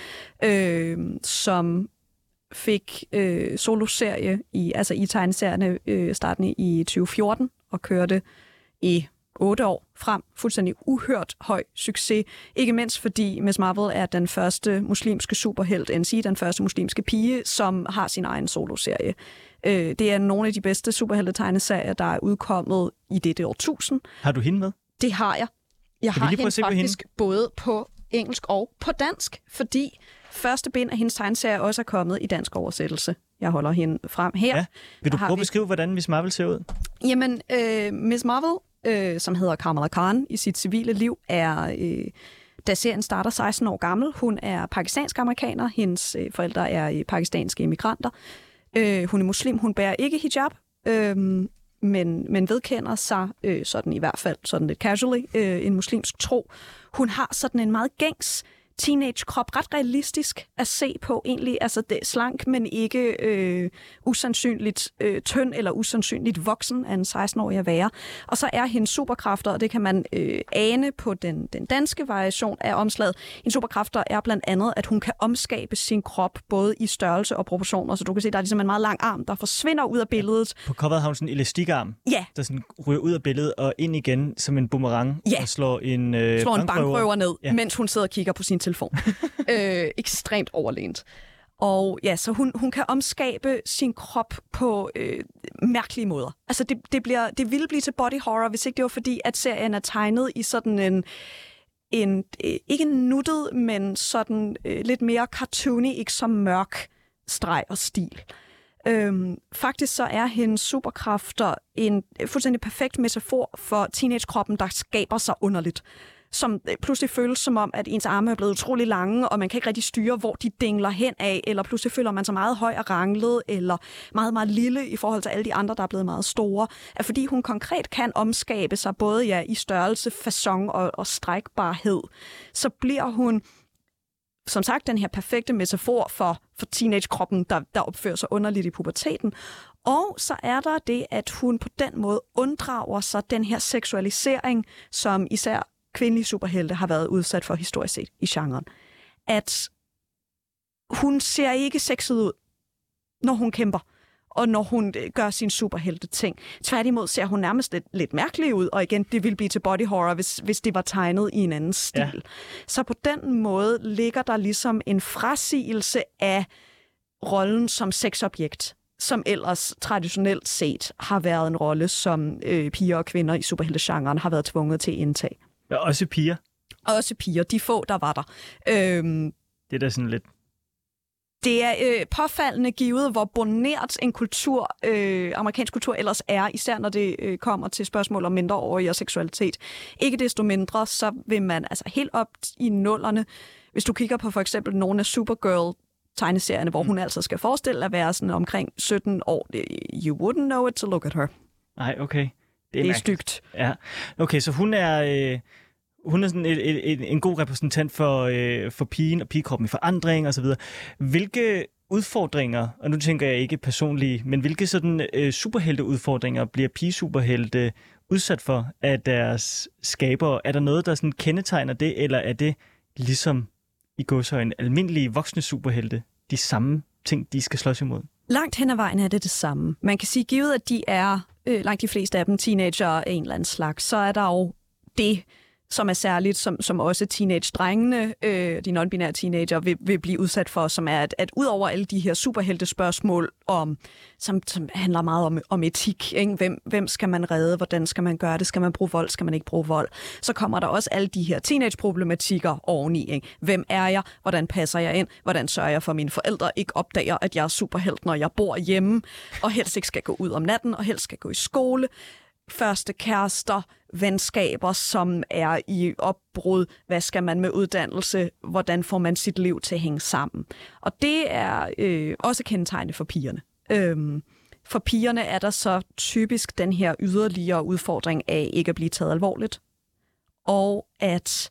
som fik soloserie i tegneserierne startende i 2014 og kørte i 8 år frem. Fuldstændig uhørt høj succes. Ikke mindst fordi Miss Marvel er den første muslimske superhelt, den første muslimske pige, som har sin egen soloserie. Det er nogle af de bedste superhelte-tegneserier, der er udkommet i dette årtusind. Har du hende med? Det har jeg. Jeg har hende faktisk både på engelsk og på dansk, fordi første bind af hendes tegneserie også er kommet i dansk oversættelse. Jeg holder hende frem her. Ja. Vil du prøve at beskrive, hvordan Miss Marvel ser ud? Jamen, Miss Marvel, som hedder Kamala Khan i sit civile liv, da serien starter 16 år gammel. Hun er pakistansk-amerikaner. Hendes forældre er pakistanske immigranter. Hun er muslim. Hun bærer ikke hijab, men vedkender sig, sådan i hvert fald sådan lidt casually, en muslimsk tro. Hun har sådan en meget gængs teenage-krop, ret realistisk at se på egentlig. Altså det er slank, men ikke usandsynligt tynd eller usandsynligt voksen af en 16-årig at være. Og så er hendes superkræfter, og det kan man ane på den danske variation af omslaget. Hendes superkræfter er blandt andet, at hun kan omskabe sin krop både i størrelse og proportioner. Så du kan se, der er ligesom en meget lang arm, der forsvinder ud af billedet. På coveret har hun sådan en elastikarm, der sådan ryger ud af billedet og ind igen som en boomerang og slår en bankrøver ned, mens hun sidder og kigger på sin telefon. Ekstremt overlænt. Og ja, så hun kan omskabe sin krop på mærkelige måder. Altså det ville blive til body horror, hvis ikke det var fordi, at serien er tegnet i sådan en ikke nuttet, men sådan lidt mere cartoony, ikke så mørk streg og stil. Faktisk så er hendes superkræfter en fuldstændig perfekt metafor for teenagekroppen, der skaber sig underligt. som pludselig føles som om, at ens arme er blevet utrolig lange, og man kan ikke rigtig styre, hvor de dingler hen af, eller pludselig føler man sig meget høj og ranglet, eller meget, meget lille i forhold til alle de andre, der er blevet meget store. At fordi hun konkret kan omskabe sig både i størrelse, facon og strækbarhed, så bliver hun som sagt den her perfekte metafor for teenage-kroppen, der opfører sig underligt i puberteten. Og så er der det, at hun på den måde unddrager sig den her seksualisering, som især kvindelige superhelte har været udsat for historisk set i genren. At hun ser ikke sexet ud, når hun kæmper, og når hun gør sin superhelte ting. Tværtimod ser hun nærmest lidt mærkelig ud, og igen, det ville blive til body horror, hvis det var tegnet i en anden stil. Ja. Så på den måde ligger der ligesom en frasigelse af rollen som sexobjekt, som ellers traditionelt set har været en rolle, som piger og kvinder i superheltegenren har været tvunget til at indtage. Ja, også piger. Også piger, de få, der var der. Det er da sådan lidt... Det er påfaldende givet, hvor bonert en kultur, amerikansk kultur ellers er, især når det kommer til spørgsmål om mindreårige og seksualitet. Ikke desto mindre, så vil man altså helt op i nullerne, hvis du kigger på for eksempel nogle af Supergirl-tegneserierne, hvor hun altså skal forestille at være sådan omkring 17 år. You wouldn't know it to look at her. Nej, okay. Det er stygt. Ja. Okay, så hun er... Hun er sådan en god repræsentant for pigen og pigekroppen i forandring og så videre. Hvilke udfordringer, og nu tænker jeg ikke personlige, men hvilke sådan superhelteudfordringer bliver pigesuperhelte udsat for af deres skabere? Er der noget, der sådan kendetegner det, eller er det ligesom i gåseøjne almindelige voksne superhelte de samme ting, de skal slås imod? Langt hen ad vejen er det samme. Man kan sige, givet at de er, langt de fleste af dem, teenager af en eller anden slags, så er der jo det, som er særligt, som også teenage-drengene, de non-binære teenager, vil blive udsat for, som er, at ud over alle de her superheltespørgsmål, som handler meget om etik, ikke? Hvem skal man redde, hvordan skal man gøre det, skal man bruge vold, skal man ikke bruge vold, så kommer der også alle de her teenage-problematikker oveni. Ikke? Hvem er jeg? Hvordan passer jeg ind? Hvordan sørger jeg for, at mine forældre ikke opdager, at jeg er superhelt, når jeg bor hjemme, og helst ikke skal gå ud om natten, og helst skal gå i skole? Første kærester, venskaber, som er i opbrud. Hvad skal man med uddannelse? Hvordan får man sit liv til at hænge sammen? Og det er også kendetegnende for pigerne. For pigerne er der så typisk den her yderligere udfordring af ikke at blive taget alvorligt. Og at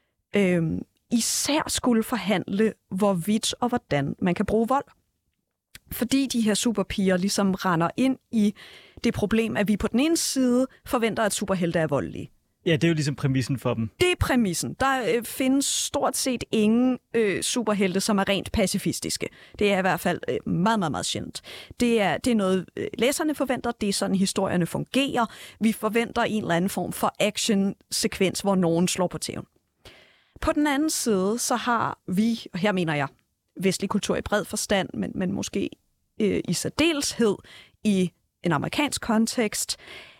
især skulle forhandle, hvorvidt og hvordan man kan bruge vold. Fordi de her superpiger ligesom render ind i det problem, at vi på den ene side forventer, at superhelte er voldelige. Ja, det er jo ligesom præmissen for dem. Det er præmissen. Der findes stort set ingen superhelte, som er rent pacifistiske. Det er i hvert fald meget, meget, meget sjældent. Det er noget, læserne forventer. Det er sådan, historierne fungerer. Vi forventer en eller anden form for action-sekvens, hvor nogen slår på tæven. På den anden side, så har vi, og her mener jeg, vestlig kultur i bred forstand, men måske i særdeleshed i en amerikansk kontekst,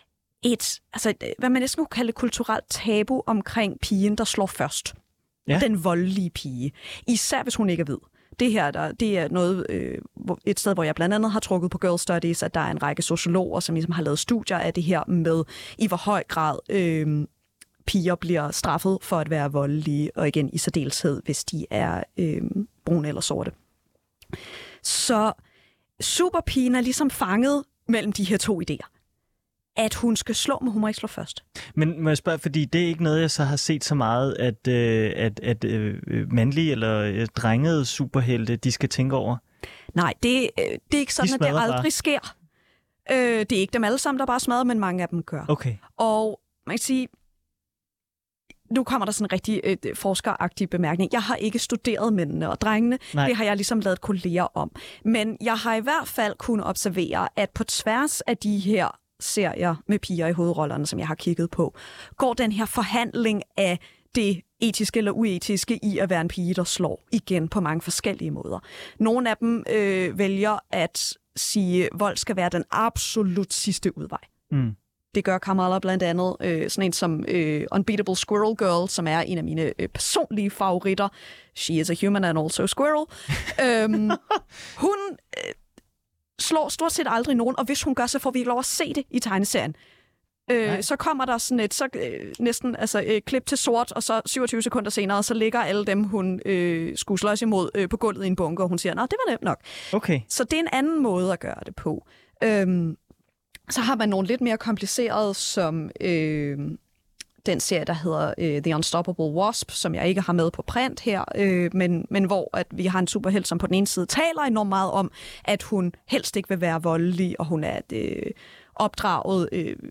hvad man næsten kunne kalde et kulturelt tabu omkring pigen, der slår først. Ja. Den voldelige pige. Især hvis hun ikke er hvid. Det her, det er noget, et sted, hvor jeg blandt andet har trukket på Girl Studies, at der er en række sociologer, som ligesom har lavet studier af det her med, i hvor høj grad piger bliver straffet for at være voldelige, og igen i særdeleshed, hvis de er brune eller sorte. Så superpigen er ligesom fanget mellem de her to idéer. At hun skal slå, men hun må ikke slå først. Men må jeg spørge, fordi det er ikke noget, jeg så har set så meget, at mandlige eller drengede superhelte, de skal tænke over? Nej, det er ikke sådan, at det aldrig bare sker. Det er ikke dem alle sammen, der bare smadrer, men mange af dem gør. Okay. Og man kan sige, nu kommer der sådan en rigtig forskeragtig bemærkning. Jeg har ikke studeret mændene og drengene. Nej. Det har jeg ligesom lavet kolleger om. Men jeg har i hvert fald kunnet observere, at på tværs af de her serier med piger i hovedrollerne, som jeg har kigget på, går den her forhandling af det etiske eller uetiske i at være en pige, der slår igen på mange forskellige måder. Nogle af dem vælger at sige, at vold skal være den absolut sidste udvej. Mm. Det gør Kamala blandt andet. Sådan en som Unbeatable Squirrel Girl, som er en af mine personlige favoritter. She is a human and also a squirrel. Hun slår stort set aldrig nogen, og hvis hun gør, så får vi ikke lov at se det i tegneserien. Så kommer der sådan et næsten klip til sort, og så 27 sekunder senere, så ligger alle dem, hun skulle slås imod på gulvet i en bunker, og hun siger, nå, det var nemt nok. Okay. Så det er en anden måde at gøre det på. Så har man nogle lidt mere komplicerede, som den serie, der hedder The Unstoppable Wasp, som jeg ikke har med på print her, men hvor at vi har en superhelt, som på den ene side taler enormt meget om, at hun helst ikke vil være voldelig, og hun er opdraget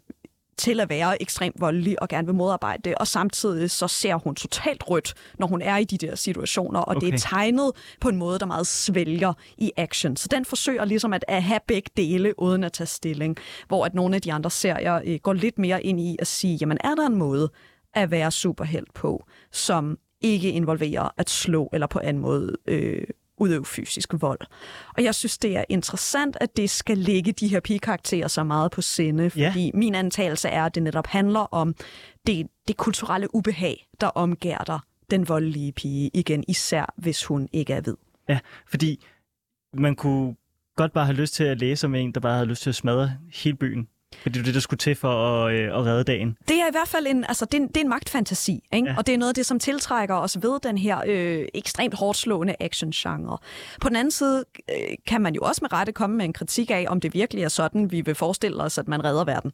til at være ekstremt voldelig og gerne vil modarbejde det, og samtidig så ser hun totalt rødt, når hun er i de der situationer, og det er tegnet på en måde, der meget svælger i action. Så den forsøger ligesom at have begge dele uden at tage stilling, hvor at nogle af de andre serier går lidt mere ind i at sige, jamen er der en måde at være superhelt på, som ikke involverer at slå eller på anden måde udøve fysisk vold. Og jeg synes, det er interessant, at det skal ligge de her pigekarakterer så meget på sinde, fordi min antagelse er, at det netop handler om det kulturelle ubehag, der omgærder den voldelige pige, igen især hvis hun ikke er hvid. Ja, fordi man kunne godt bare have lyst til at læse om en, der bare havde lyst til at smadre hele byen. Fordi det er det, der skulle til for at redde dagen. Det er i hvert fald det er en magtfantasi, ikke? Ja. Og det er noget af det, som tiltrækker os ved den her ekstremt hårdslående action-genre. På den anden side kan man jo også med rette komme med en kritik af, om det virkelig er sådan, vi vil forestille os, at man redder verden.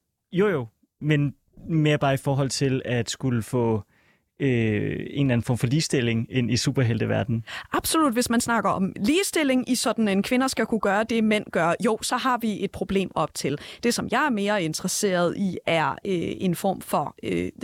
Jo, men mere bare i forhold til at skulle få en eller anden form for ligestilling ind i superhelteverdenen. Absolut, hvis man snakker om ligestilling i sådan en kvinder skal kunne gøre det, mænd gør, jo, så har vi et problem op til. Det, som jeg er mere interesseret i, er en form for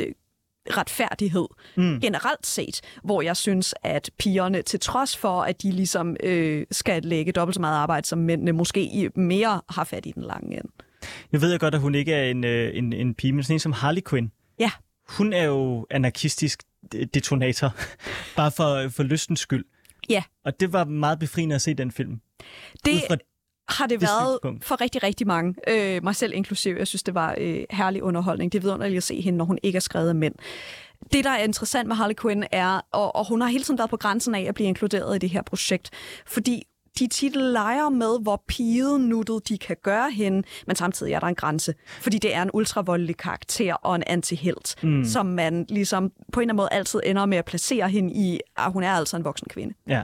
retfærdighed generelt set, hvor jeg synes, at pigerne, til trods for, at de ligesom skal lægge dobbelt så meget arbejde som mændene, måske mere har fat i den lange ende. Jeg ved godt, at hun ikke er en pige, men sådan en som Harley Quinn. Ja. Hun er jo anarkistisk detonator, bare for lystens skyld. Ja. Og det var meget befriende at se den film. Det har det været for rigtig, rigtig mange. Mig selv inklusiv. Jeg synes, det var herlig underholdning. Det er vidunderligt at se hende, når hun ikke er skrevet af mænd. Det, der er interessant med Harley Quinn er, og hun har hele tiden været på grænsen af at blive inkluderet i det her projekt, fordi de tit leger med, hvor pigenuttet de kan gøre hende, men samtidig er der en grænse. Fordi det er en ultravoldelig karakter og en antihelt, som man ligesom på en eller anden måde altid ender med at placere hende i, at hun er altså en voksen kvinde. Ja.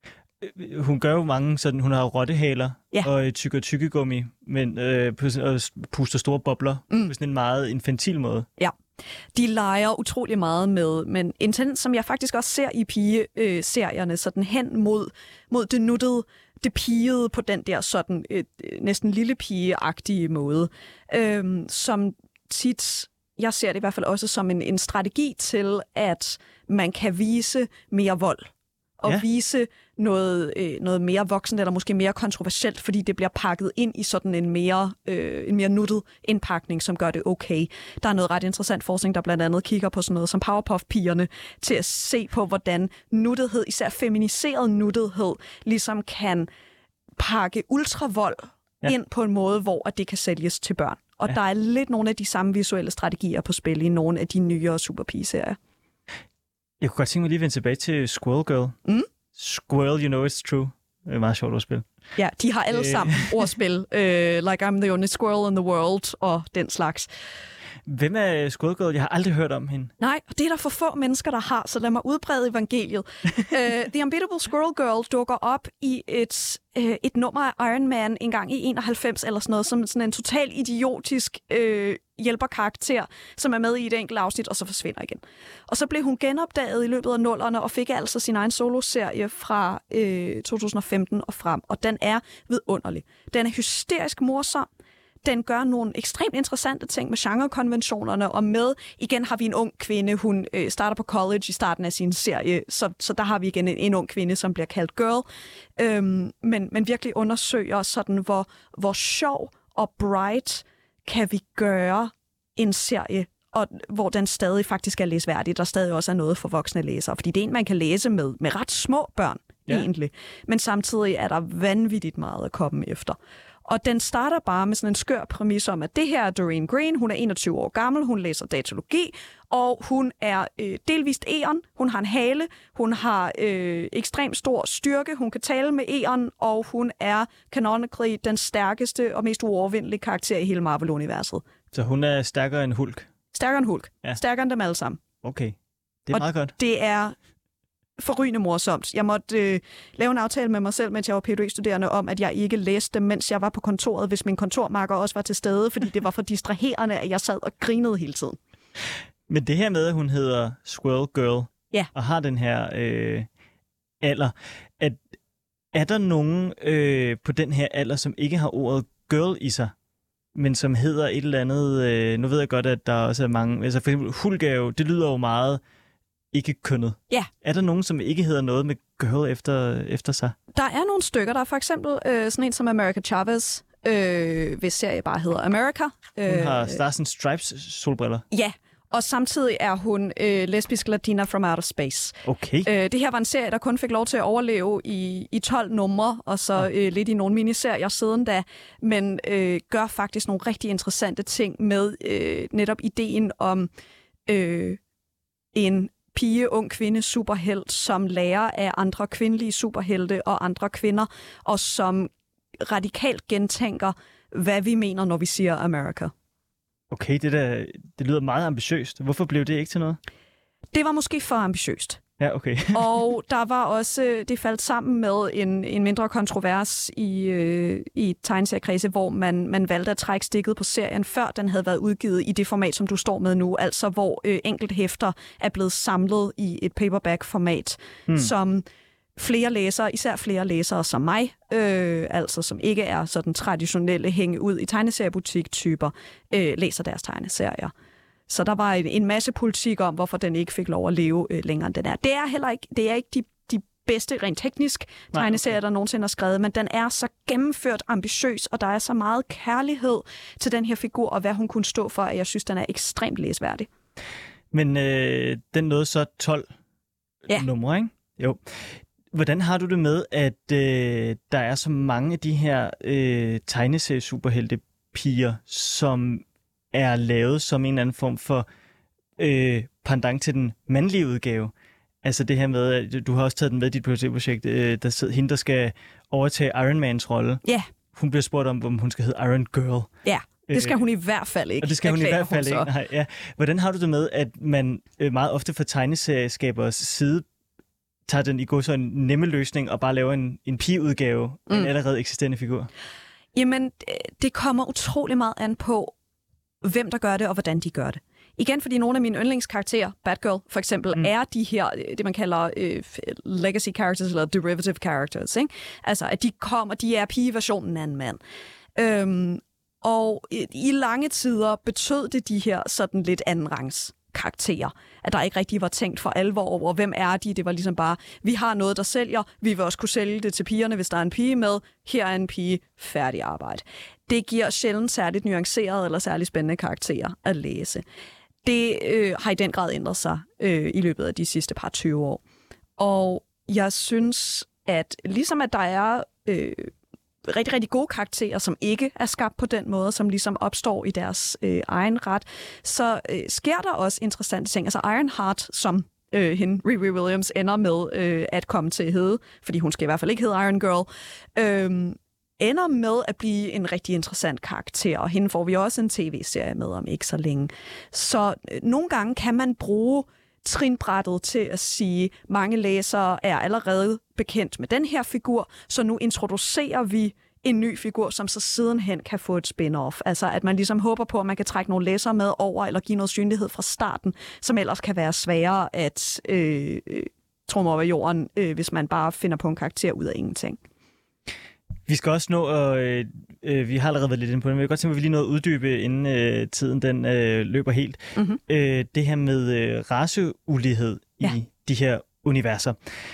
Hun gør jo mange sådan, hun har rottehaler og tykkegummi, men og puster store bobler på sådan en meget infantil måde. Ja. De leger utrolig meget med, men en tendens, som jeg faktisk også ser i pigeserierne, sådan hen mod det nuttede, det pigede på den der sådan næsten lille pigeagtige måde, som tit, jeg ser det i hvert fald også som en strategi til, at man kan vise mere vold. Og vise noget mere voksen, eller måske mere kontroversielt, fordi det bliver pakket ind i sådan en mere nuttet indpakning, som gør det okay. Der er noget ret interessant forskning, der blandt andet kigger på sådan noget som Powerpuff-pigerne, til at se på, hvordan nuttethed, især feminiseret nuttethed, ligesom kan pakke ultravold ind på en måde, hvor det kan sælges til børn. Og der er lidt nogle af de samme visuelle strategier på spil i nogle af de nyere superpige-serier. Jeg kunne godt tænke mig lige at vende tilbage til Squirrel Girl. Squirrel, you know it's true. Det er meget sjovt ordspil. Ja, de har alle sammen ordspil. Like I'm the only squirrel in the world og den slags. Hvem er Squirrel Girl? Jeg har aldrig hørt om hende. Nej, og det er der for få mennesker, der har, så lad mig udbrede evangeliet. The Unbeatable Squirrel Girl dukker op i et nummer af Iron Man en gang i 91 eller sådan noget, som sådan en total idiotisk hjælperkarakter, som er med i et enkelt afsnit, og så forsvinder igen. Og så blev hun genopdaget i løbet af 00'erne, og fik altså sin egen soloserie fra 2015 og frem, og den er vidunderlig. Den er hysterisk morsom. Den gør nogle ekstremt interessante ting med genrekonventionerne, og med, igen har vi en ung kvinde, hun starter på college i starten af sin serie, så der har vi igen en ung kvinde, som bliver kaldt Girl, men virkelig undersøger sådan, hvor sjov og bright kan vi gøre en serie, og hvor den stadig faktisk er læsværdig, der stadig også er noget for voksne læsere, fordi det er en, man kan læse med ret små børn, egentlig, men samtidig er der vanvittigt meget at komme efter. Og den starter bare med sådan en skør præmis om, at det her er Doreen Green, hun er 21 år gammel, hun læser datalogi, og hun er delvist egern, hun har en hale, hun har ekstremt stor styrke, hun kan tale med egern, og hun er canonically den stærkeste og mest uovervindelige karakter i hele Marvel-universet. Så hun er stærkere end Hulk? Stærkere end Hulk. Ja. Stærkere end dem alle sammen. Okay, det er meget godt. Det er forrygende morsomt. Jeg måtte lave en aftale med mig selv, mens jeg var PhD-studerende, om, at jeg ikke læste dem, mens jeg var på kontoret, hvis min kontormarker også var til stede, fordi det var for distraherende, at jeg sad og grinede hele tiden. Men det her med, at hun hedder Squirrel Girl, og har den her alder, er der nogen på den her alder, som ikke har ordet girl i sig, men som hedder et eller andet... nu ved jeg godt, at der også er mange... Altså for eksempel Hulk er jo, det lyder jo meget ikke kønnet. Ja. Er der nogen, som ikke hedder noget med girl efter sig? Der er nogle stykker. Der er for eksempel sådan en som America Chavez, hvis serie bare hedder America. Hun har Stars and Stripes solbriller. Ja, og samtidig er hun lesbisk latina from outer space. Okay. Det her var en serie, der kun fik lov til at overleve i 12 numre, og så lidt i nogle miniserier siden da, men gør faktisk nogle rigtig interessante ting med netop ideen om en ung kvinde superhelt, som lærer af andre kvindelige superhelte og andre kvinder, og som radikalt gentænker, hvad vi mener, når vi siger America. Okay, det lyder meget ambitiøst. Hvorfor blev det ikke til noget? Det var måske for ambitiøst. Ja, okay. Og der var også, det faldt sammen med en mindre kontrovers i tegneseriekredse, hvor man valgte at trække stikket på serien, før den havde været udgivet i det format, som du står med nu, altså hvor enkelt hæfter er blevet samlet i et paperback-format, som flere læsere, især flere læsere som mig, altså som ikke er sådan traditionelle hænge ud i tegneseriebutik-typer, læser deres tegneserier. Så der var en masse politik om, hvorfor den ikke fik lov at leve længere end den er. Det er ikke de bedste rent teknisk tegneserier, der nogensinde er skrevet, men den er så gennemført ambitiøs, og der er så meget kærlighed til den her figur, og hvad hun kunne stå for, at jeg synes, den er ekstremt læsværdig. Men den nåede så 12 numre, ikke? Jo. Hvordan har du det med, at der er så mange af de her tegneserie-superhelte-piger, som er lavet som en eller anden form for pendant til den mandlige udgave? Altså det her med, at du har også taget den med i dit projekt, hende, der skal overtage Iron Mans rolle. Ja. Hun bliver spurgt om hun skal hedde Iron Girl. Ja, det skal hun i hvert fald ikke. Og det skal hun i hvert fald ikke. Nej, ja. Hvordan har du det med, at man meget ofte fra tegneserieskabers side tager den i går så en nemme løsning og bare laver en pigeudgave af en allerede eksisterende figur? Jamen, det kommer utrolig meget an på, hvem der gør det, og hvordan de gør det. Igen, fordi nogle af mine yndlingskarakterer, Batgirl for eksempel, er de her, det man kalder legacy characters, eller derivative characters, ikke? Altså, at de er pigeversionen af en mand. Og i lange tider betød det de her sådan lidt andenrangs karakterer, at der ikke rigtig var tænkt for alvor over, hvem er de? Det var ligesom bare, vi har noget, der sælger, vi vil også kunne sælge det til pigerne, hvis der er en pige med, her er en pige, færdig arbejde. Det giver sjældent særligt nuancerede eller særligt spændende karakterer at læse. Det har i den grad ændret sig i løbet af de sidste par 20 år. Og jeg synes, at ligesom at der er rigtig, rigtig gode karakterer, som ikke er skabt på den måde, som ligesom opstår i deres egen ret, så sker der også interessante ting. Altså Ironheart, som hende, Riri Williams, ender med at komme til at hedde, fordi hun skal i hvert fald ikke hedde Iron Girl, ender med at blive en rigtig interessant karakter, og hende får vi også en tv-serie med om ikke så længe. Så nogle gange kan man bruge trinbrættet til at sige, mange læsere er allerede bekendt med den her figur, så nu introducerer vi en ny figur, som så sidenhen kan få et spin-off. Altså at man ligesom håber på, at man kan trække nogle læsere med over, eller give noget synlighed fra starten, som ellers kan være sværere at trumme over jorden, hvis man bare finder på en karakter ud af ingenting. Vi skal også nå, og vi har allerede været lidt inde på det, men jeg vil godt tænke, at vi lige nå at uddybe, inden tiden den løber helt. Mm-hmm. Det her med raceulighed i de her universer.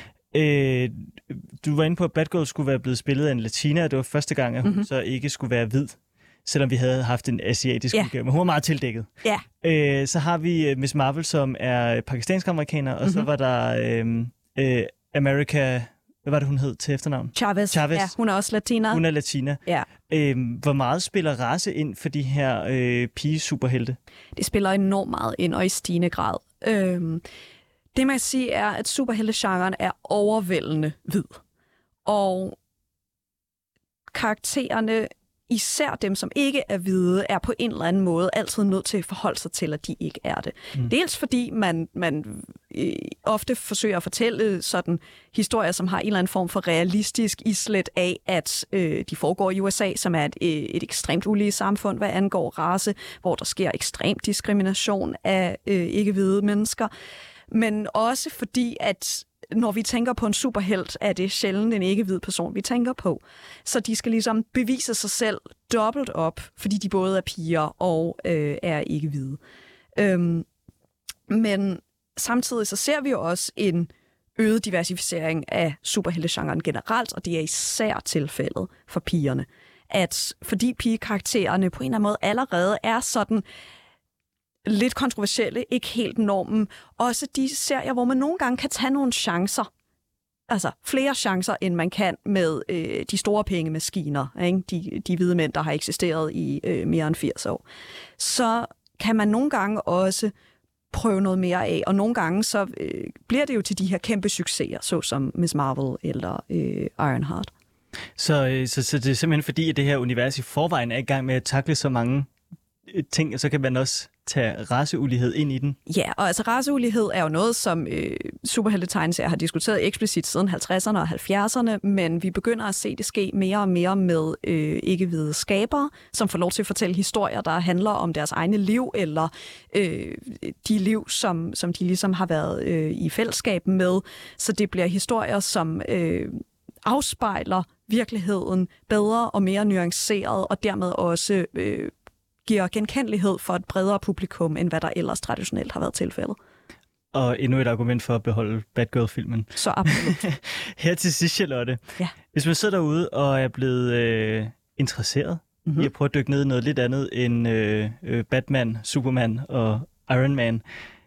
Du var inde på, at Batgirl skulle være blevet spillet af en latina, og det var første gang, at hun så ikke skulle være hvid, selvom vi havde haft en asiatisk udgave, men hun var meget tildækket. Så har vi Miss Marvel, som er pakistansk-amerikaner, og så var der America hvad var det, hun hed til efternavn? Chavez. Ja, hun er også latina. Hun er latina. Ja. Hvor meget spiller race ind for de her pige-superhelte? Det spiller enormt meget ind, og i stigende grad. Det, man kan sige, er, at superhelte-genren er overvældende hvid. Og karaktererne, især dem, som ikke er hvide, er på en eller anden måde altid nødt til at forholde sig til, at de ikke er det. Dels fordi man ofte forsøger at fortælle sådan historier, som har en eller anden form for realistisk islet af, at de foregår i USA, som er et ekstremt ulige samfund, hvad angår race, hvor der sker ekstrem diskrimination af ikke-hvide mennesker. Men også fordi, at når vi tænker på en superhelt, er det sjældent en ikke-hvid person, vi tænker på. Så de skal ligesom bevise sig selv dobbelt op, fordi de både er piger og er ikke-hvide. Men samtidig så ser vi jo også en øget diversificering af superheltegenren generelt, og det er især tilfældet for pigerne. At fordi pigekaraktererne på en eller anden måde allerede er sådan lidt kontroversielle, ikke helt normen. Også de serier, hvor man nogle gange kan tage nogle chancer. Altså flere chancer, end man kan med de store pengemaskiner. Ikke? De hvide mænd, der har eksisteret i mere end 80 år. Så kan man nogle gange også prøve noget mere af. Og nogle gange så bliver det jo til de her kæmpe succeser, såsom Miss Marvel eller Ironheart. Så det er simpelthen fordi, at det her univers i forvejen er i gang med at takle så mange ting, så kan man også tage raceulighed ind i den. Ja, og altså raceulighed er jo noget, som superheltetegneserier har diskuteret eksplicit siden 50'erne og 70'erne, men vi begynder at se det ske mere og mere med ikke-hvide skabere, som får lov til at fortælle historier, der handler om deres egne liv, eller de liv, som de ligesom har været i fællesskab med. Så det bliver historier, som afspejler virkeligheden bedre og mere nuanceret, og dermed også giver genkendelighed for et bredere publikum, end hvad der ellers traditionelt har været tilfældet. Og endnu et argument for at beholde Batgirl-filmen. Så absolut. Her til sidst, Charlotte. Ja. Hvis man sidder derude og er blevet interesseret i at prøve at dykke ned i noget lidt andet end Batman, Superman og Iron Man,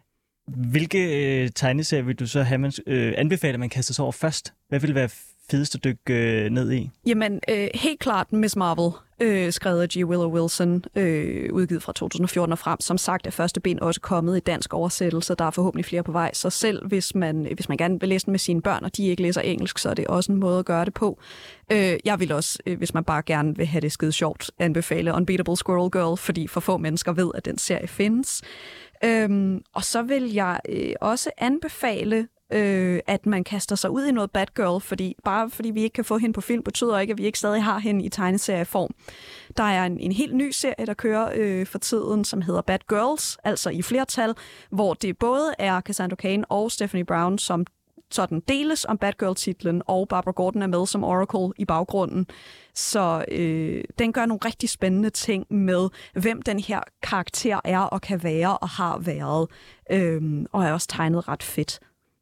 hvilke tegneserier vil du så have, anbefale, at man kaster sig over først? Hvad vil være fedest at dykke ned i? Jamen, helt klart Miss Marvel, skrevet af G. Willow Wilson, udgivet fra 2014 og frem. Som sagt er første ben også kommet i dansk oversættelse. Der er forhåbentlig flere på vej. Så selv hvis man gerne vil læse den med sine børn, og de ikke læser engelsk, så er det også en måde at gøre det på. Jeg vil også, hvis man bare gerne vil have det skide sjovt, anbefale Unbeatable Squirrel Girl, fordi for få mennesker ved, at den serie findes. Og så vil jeg også anbefale, at man kaster sig ud i noget Batgirl, fordi vi ikke kan få hende på film, betyder ikke, at vi ikke stadig har hende i tegneserieform. Der er en helt ny serie, der kører for tiden, som hedder Batgirls, altså i flertal, hvor det både er Cassandra Cain og Stephanie Brown, som sådan deles om Batgirl-titlen, og Barbara Gordon er med som Oracle i baggrunden. Så den gør nogle rigtig spændende ting med, hvem den her karakter er og kan være og har været, og er også tegnet ret fedt.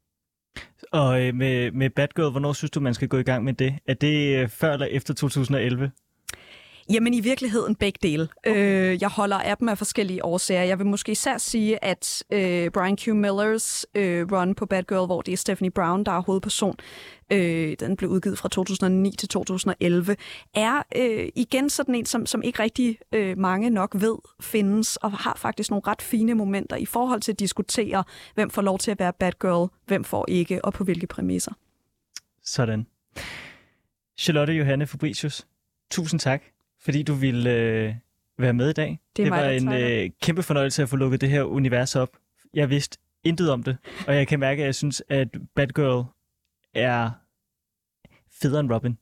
Og med Batgirl, hvornår synes du, man skal gå i gang med det? Er det før eller efter 2011? Jamen i virkeligheden begge dele. Okay. Jeg holder af dem af forskellige årsager. Jeg vil måske især sige, at Brian Q. Millers run på Batgirl, hvor det er Stephanie Brown, der er hovedperson, den blev udgivet fra 2009 til 2011, er igen sådan en, som ikke rigtig mange nok ved findes, og har faktisk nogle ret fine momenter i forhold til at diskutere, hvem får lov til at være Batgirl, hvem får ikke, og på hvilke præmisser. Sådan. Charlotte Johanne Fabricius, tusind tak, fordi du ville være med i dag. Det var en kæmpe fornøjelse at få lukket det her univers op. Jeg vidste intet om det, og jeg kan mærke, at jeg synes, at Batgirl er federe end Robin.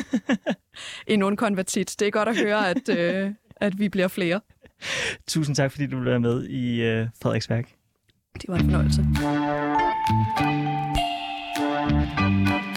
En undkonvertit. Det er godt at høre, at vi bliver flere. Tusind tak, fordi du ville være med i Frederiksværk. Det var en fornøjelse.